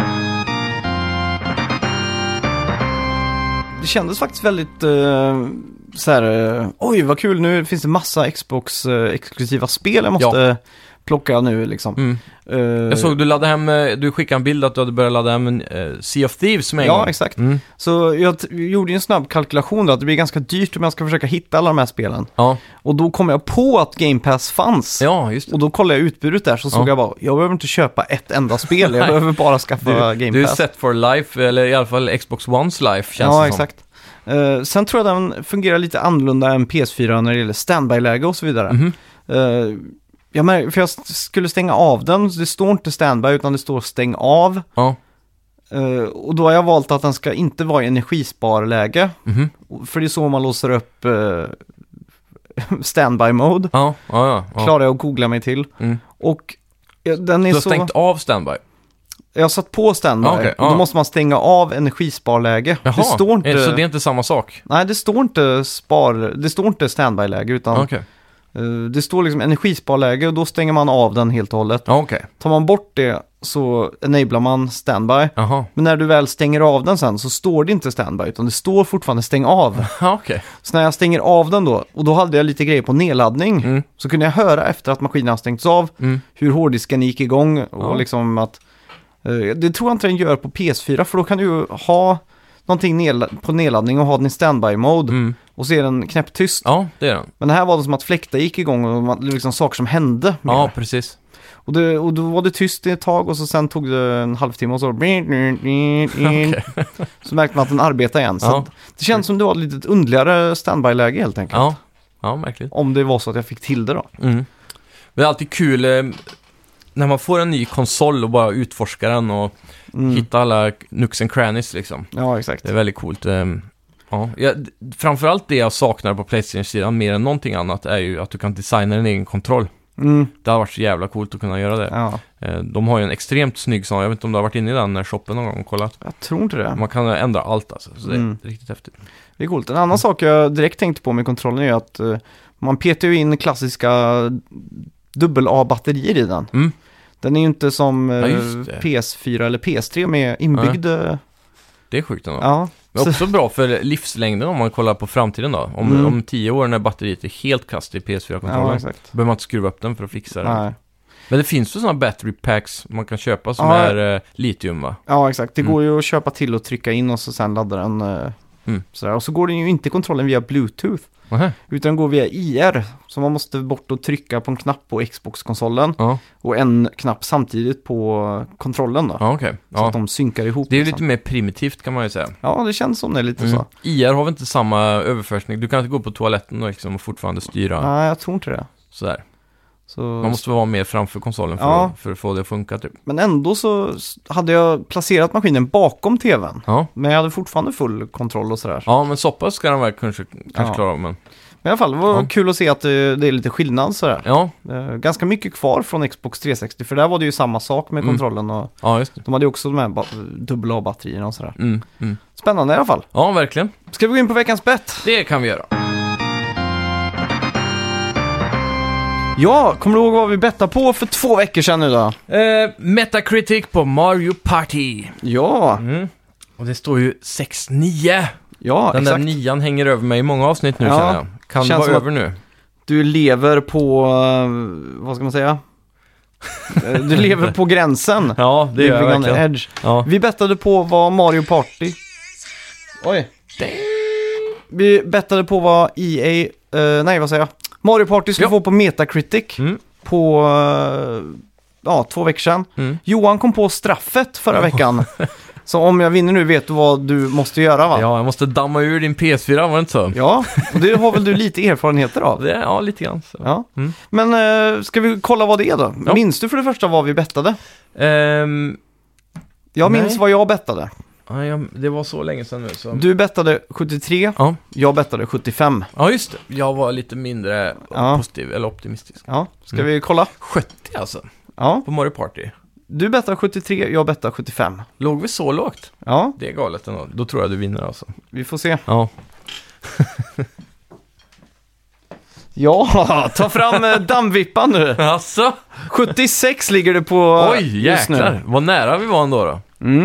Speaker 1: det kändes faktiskt väldigt så här, oj vad kul, nu finns det massa Xbox-exklusiva spel jag måste plocka nu liksom.
Speaker 2: Jag såg du skickade en bild att du hade börjat ladda hem Sea of Thieves med en gång.
Speaker 1: Ja, exakt. Så jag gjorde en snabb kalkylation då, att det blir ganska dyrt om jag ska försöka hitta alla de här spelen. Ja. Och då kom jag på att Game Pass fanns.
Speaker 2: Ja, just det.
Speaker 1: Och då kollade jag utbudet där, så såg jag bara, jag behöver inte köpa ett enda spel, jag behöver bara skaffa Game Pass.
Speaker 2: Du är set for life, eller i alla fall Xbox Ones life känns det som.
Speaker 1: Ja, exakt. Sen tror jag den fungerar lite annorlunda än PS4 när det gäller standby-läge och så vidare. För jag skulle stänga av den, det står inte standby utan det står stäng av. Och då har jag valt att den ska inte vara i energisparläge. För det är så man låser upp standby-mode. Klarar jag att googla mig till. Och den är
Speaker 2: du har stängt av standby?
Speaker 1: Jag har satt på standby. Och då måste man stänga av energisparläge.
Speaker 2: Jaha,
Speaker 1: det står inte...
Speaker 2: så det är inte samma sak?
Speaker 1: Nej, det står inte standby-läge utan... Det står liksom energisparläge och då stänger man av den helt och hållet. Tar man bort det så enablar man standby. Men när du väl stänger av den sen så står det inte standby utan det står fortfarande stäng av. Så när jag stänger av den då, och då hade jag lite grejer på nedladdning, så kunde jag höra efter att maskinen har stängts av hur hårddisken gick igång och liksom att det tror jag inte den gör på PS4, för då kan du ju ha någonting på nedladdning och ha den i standby-mode och så är den knäpptyst.
Speaker 2: Ja, det är den.
Speaker 1: Men det här var det som att fläktar gick igång och liksom saker som hände.
Speaker 2: Ja, precis.
Speaker 1: Och då var det tyst i ett tag och så sen tog det en halvtimme och så så märkte man att den arbetade igen. Så det känns som det var ett lite underligare standby-läge helt enkelt.
Speaker 2: Ja, märkligt.
Speaker 1: Om det var så att jag fick till det då.
Speaker 2: Det är alltid kul när man får en ny konsol och bara utforskar den och hitta alla nooks and crannies liksom.
Speaker 1: Ja, exakt.
Speaker 2: Det är väldigt coolt. Framförallt det jag saknar på PlayStation-sidan mer än någonting annat är ju att du kan designa din egen kontroll. Det har varit så jävla coolt att kunna göra det.
Speaker 1: Ja.
Speaker 2: De har ju en extremt snygg sån. Jag vet inte om du har varit inne i den shoppen någon gång och kollat.
Speaker 1: Jag tror inte det.
Speaker 2: Man kan ändra allt alltså. Så det är riktigt häftigt.
Speaker 1: Det är coolt. En annan sak jag direkt tänkte på med kontrollen är att man petar ju in klassiska AA-batterier i den. Den är ju inte som PS4 eller PS3 med inbyggd...
Speaker 2: Det är sjukt ändå.
Speaker 1: Ja.
Speaker 2: Men också bra för livslängden om man kollar på framtiden då. Om 10 år när batteriet är helt kast i PS4-kontrollen, behöver man inte skruva upp den för att fixa det.
Speaker 1: Nej.
Speaker 2: Men det finns ju sådana battery packs man kan köpa som är litium, va?
Speaker 1: Ja, exakt. Det går ju att köpa till och trycka in och så sen ladda den. Sådär. Och så går den ju inte kontrollen via Bluetooth. Utan den går via IR. Så man måste bort och trycka på en knapp på Xbox-konsolen. Och en knapp samtidigt på kontrollen då. Så att de synkar ihop.
Speaker 2: Det är ju lite mer primitivt kan man ju säga.
Speaker 1: Ja, det känns som det är lite så.
Speaker 2: IR har väl inte samma överförsning. Du kan inte gå på toaletten och, liksom, och fortfarande styra.
Speaker 1: Nej, jag tror inte det.
Speaker 2: Sådär.
Speaker 1: Så...
Speaker 2: Man måste vara mer framför konsolen för att få det att funka typ.
Speaker 1: Men ändå så hade jag placerat maskinen bakom tvn. Men jag hade fortfarande full kontroll och sådär.
Speaker 2: Ja, men så pass ska den väl kanske klara av. Men
Speaker 1: i alla fall, det var kul att se att det är lite skillnad sådär.
Speaker 2: Ja.
Speaker 1: Ganska mycket kvar från Xbox 360, för där var det ju samma sak med kontrollen. Och
Speaker 2: just det.
Speaker 1: De hade ju också de här AA-batterierna och sådär. Spännande i alla fall.
Speaker 2: Ja, verkligen.
Speaker 1: Ska vi gå in på veckans bett?
Speaker 2: Det kan vi göra.
Speaker 1: Ja, kommer du ihåg vad vi bettade på för 2 veckor sedan nu då?
Speaker 2: Metacritic på Mario Party.
Speaker 1: Ja.
Speaker 2: Och det står ju 6-9.
Speaker 1: Ja,
Speaker 2: den
Speaker 1: exakt.
Speaker 2: där 9 hänger över mig i många avsnitt nu, känner jag. Kan det vara över nu?
Speaker 1: Du lever på, vad ska man säga? Du lever på gränsen.
Speaker 2: Ja, det gör jag verkligen.
Speaker 1: Edge. Ja. Vi bettade på vad Mario Party... Oj. Vi bettade på vad EA... vad säger jag? Mario Party skulle få på Metacritic på 2 veckor sedan. Johan kom på straffet förra veckan. Så om jag vinner nu vet du vad du måste göra, va?
Speaker 2: Ja, jag måste damma ur din PS4, var det inte så?
Speaker 1: Ja, och det har väl du lite erfarenheter av?
Speaker 2: Ja, lite grann. Så.
Speaker 1: Ja. Men ska vi kolla vad det är då? Ja. Minns du för det första vad vi bettade? Jag minns vad jag bettade.
Speaker 2: Ja, det var så länge sedan nu. Så.
Speaker 1: Du bettade 73, jag bettade 75.
Speaker 2: Ja, just det. Jag var lite mindre positiv eller optimistisk.
Speaker 1: Ja, ska vi kolla?
Speaker 2: 70 alltså, på Mario Party.
Speaker 1: Du bettade 73, jag bettade 75.
Speaker 2: Låg vi så lågt?
Speaker 1: Ja.
Speaker 2: Det är galet ändå. Då tror jag du vinner alltså.
Speaker 1: Vi får se.
Speaker 2: Ja.
Speaker 1: Ja, ta fram dammvippan nu.
Speaker 2: Alltså?
Speaker 1: 76 ligger det på.
Speaker 2: Oj, jäklar. Vad nära vi var ändå då.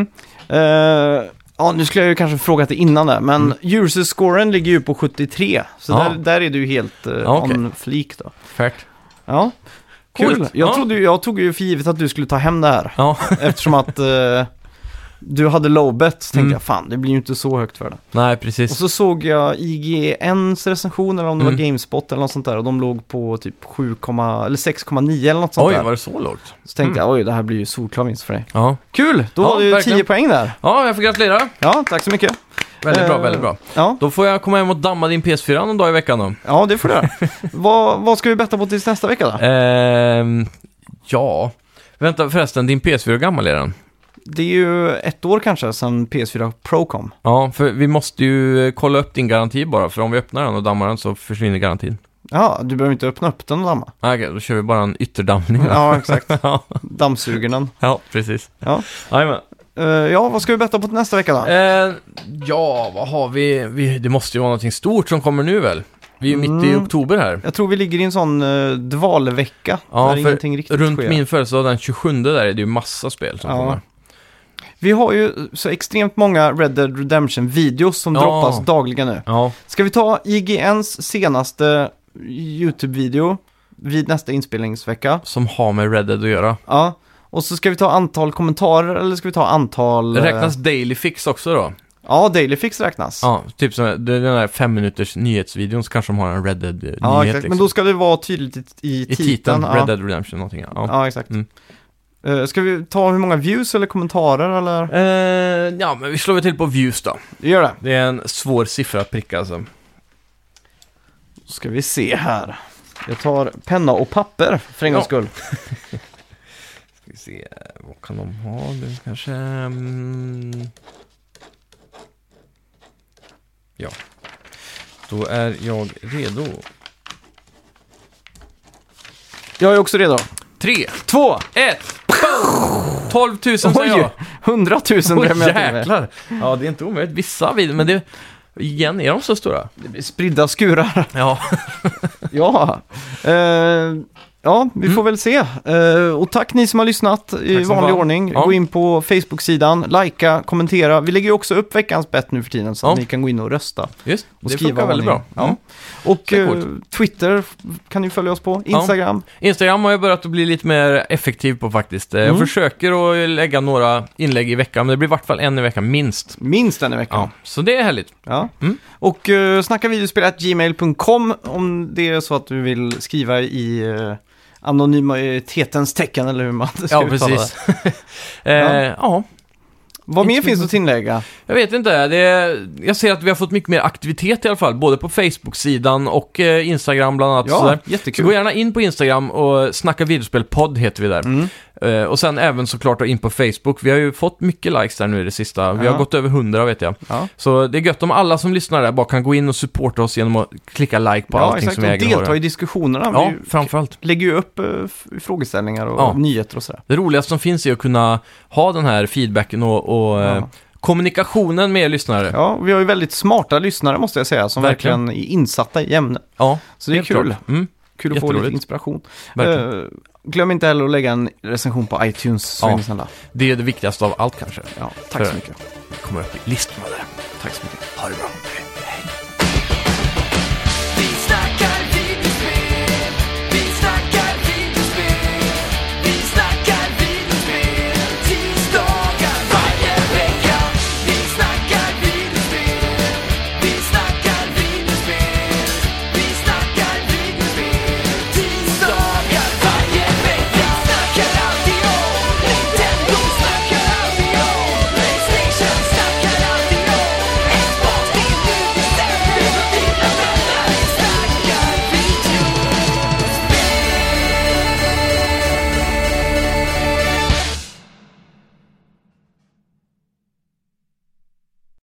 Speaker 1: Nu skulle jag ju kanske frågat det innan där. Men user-scoren ligger ju på 73. Så där är du helt on fleek då.
Speaker 2: Färt.
Speaker 1: Ja, kul. Jag tog ju för givet att du skulle ta hem det här.
Speaker 2: Ja.
Speaker 1: Eftersom att du hade lowbet, så tänkte jag, fan, det blir ju inte så högt för det.
Speaker 2: Nej, precis.
Speaker 1: Och så såg jag IGNs recension, eller om det var GameSpot eller något sånt där, och de låg på typ 6,9 eller något sånt där.
Speaker 2: Oj, var det så lågt?
Speaker 1: Så tänkte jag, oj, det här blir ju solklar vinst för dig.
Speaker 2: Ja.
Speaker 1: Kul, då har du 10 poäng där.
Speaker 2: Ja, jag får gratulera.
Speaker 1: Ja, tack så mycket.
Speaker 2: Väldigt bra, väldigt bra.
Speaker 1: Ja.
Speaker 2: Då får jag komma hem och damma din PS4 någon dag i veckan då.
Speaker 1: Ja, det får du göra. Vad ska vi betta på tills nästa vecka då?
Speaker 2: Ja, vänta förresten, din PS4, hur gammal är den?
Speaker 1: Det är ju 1 år kanske sedan PS4 Pro kom.
Speaker 2: Ja, för vi måste ju kolla upp din garanti bara, för om vi öppnar den och dammar den så försvinner garantin.
Speaker 1: Ja, du behöver inte öppna upp den och damma.
Speaker 2: Okej, då kör vi bara en ytterdammning.
Speaker 1: Ja, exakt. Dammsuger den.
Speaker 2: Ja, precis.
Speaker 1: Ja.
Speaker 2: Jajamän.
Speaker 1: Vad ska vi betta på till nästa vecka då?
Speaker 2: Vad har vi? Det måste ju vara någonting stort som kommer nu väl? Vi är ju mitt i oktober här.
Speaker 1: Jag tror vi ligger i en sån dvalvecka.
Speaker 2: Ja,
Speaker 1: där ingenting riktigt
Speaker 2: runt
Speaker 1: sker.
Speaker 2: min födelsedag den 27 där är det ju massa spel som kommer.
Speaker 1: Vi har ju så extremt många Red Dead Redemption-videos som droppas dagligen nu.
Speaker 2: Ja.
Speaker 1: Ska vi ta IGNs senaste YouTube-video vid nästa inspelningsvecka?
Speaker 2: Som har med Red Dead att göra.
Speaker 1: Ja. Och så ska vi ta antal kommentarer, eller ska vi ta antal...
Speaker 2: Räknas Daily Fix också då?
Speaker 1: Ja, Daily Fix räknas.
Speaker 2: Ja, typ som den där 5 minuters nyhetsvideon så kanske de har en Red Dead-nyhet.
Speaker 1: Ja, exakt. Liksom. Men då ska det vara tydligt i titeln.
Speaker 2: Red Dead Redemption någonting.
Speaker 1: Ja, exakt. Ska vi ta hur många views eller kommentarer eller?
Speaker 2: Ja, men vi slår väl till på views då.
Speaker 1: Gör det.
Speaker 2: Det är en svår siffra att pricka alltså.
Speaker 1: Ska vi se här. Jag tar penna och papper för en gångs skull.
Speaker 2: Ska vi se, vad kan de ha nu kanske? Ja, då är jag redo.
Speaker 1: Jag är också redo.
Speaker 2: 3,
Speaker 1: 2,
Speaker 2: 1, 12 000 säger jag.
Speaker 1: 100 000 drömmer jag till med.
Speaker 2: Jäklar. Ja, det är inte omöjligt. Vissa videor, men det... Igen, är de så stora?
Speaker 1: Det blir spridda skurar.
Speaker 2: Ja.
Speaker 1: Ja. Ja, vi får väl se. Och tack ni som har lyssnat i vanlig ordning.
Speaker 2: Ja.
Speaker 1: Gå in på Facebook-sidan, likea, kommentera. Vi lägger ju också upp veckans bett nu för tiden så att ni kan gå in och rösta.
Speaker 2: Just,
Speaker 1: och
Speaker 2: det
Speaker 1: skriva
Speaker 2: funkar väldigt bra.
Speaker 1: Ja. Och Twitter kan ni följa oss på. Instagram.
Speaker 2: Ja. Instagram har jag börjat att bli lite mer effektiv på faktiskt. Jag försöker att lägga några inlägg i veckan, men det blir i vart fall en i veckan minst.
Speaker 1: Minst en i veckan.
Speaker 2: Ja, så det är härligt.
Speaker 1: Ja. Och snackavideospel@gmail.com om det är så att du vill skriva i anonymitetens tecken eller hur man ska uttala
Speaker 2: precis.
Speaker 1: det.
Speaker 2: Ja.
Speaker 1: Vad mer finns att tillägga?
Speaker 2: Jag vet inte. Jag ser att vi har fåått mycket mer aktivitet i alla fall. Både på Facebook-sidan och Instagram bland annat.
Speaker 1: Ja, jättekul.
Speaker 2: Så gå gärna in på Instagram och snacka videospel-podd heter vi där. Och sen även såklart in på Facebook. Vi har ju fått mycket likes där nu i det sista. Vi har gått över 100 vet jag. Ja. Så det är gött om alla som lyssnar där bara kan gå in och supporta oss genom att klicka like på allting
Speaker 1: exakt.
Speaker 2: som vi äger.
Speaker 1: Och delta i diskussionerna.
Speaker 2: Ja, framförallt.
Speaker 1: Lägger ju upp frågeställningar och nyheter och sådär.
Speaker 2: Det roligaste som finns är att kunna ha den här feedbacken och kommunikationen med lyssnare.
Speaker 1: Ja, vi har ju väldigt smarta lyssnare måste jag säga, som verkligen är insatta i ämnet.
Speaker 2: Ja,
Speaker 1: så det är kul. Kul att få lite inspiration. Glöm inte heller att lägga en recension på iTunes. Så
Speaker 2: det är det viktigaste av allt kanske.
Speaker 1: Ja, tack så mycket.
Speaker 2: Vi kommer upp i listorna där.
Speaker 1: Tack så mycket.
Speaker 2: Ha det bra.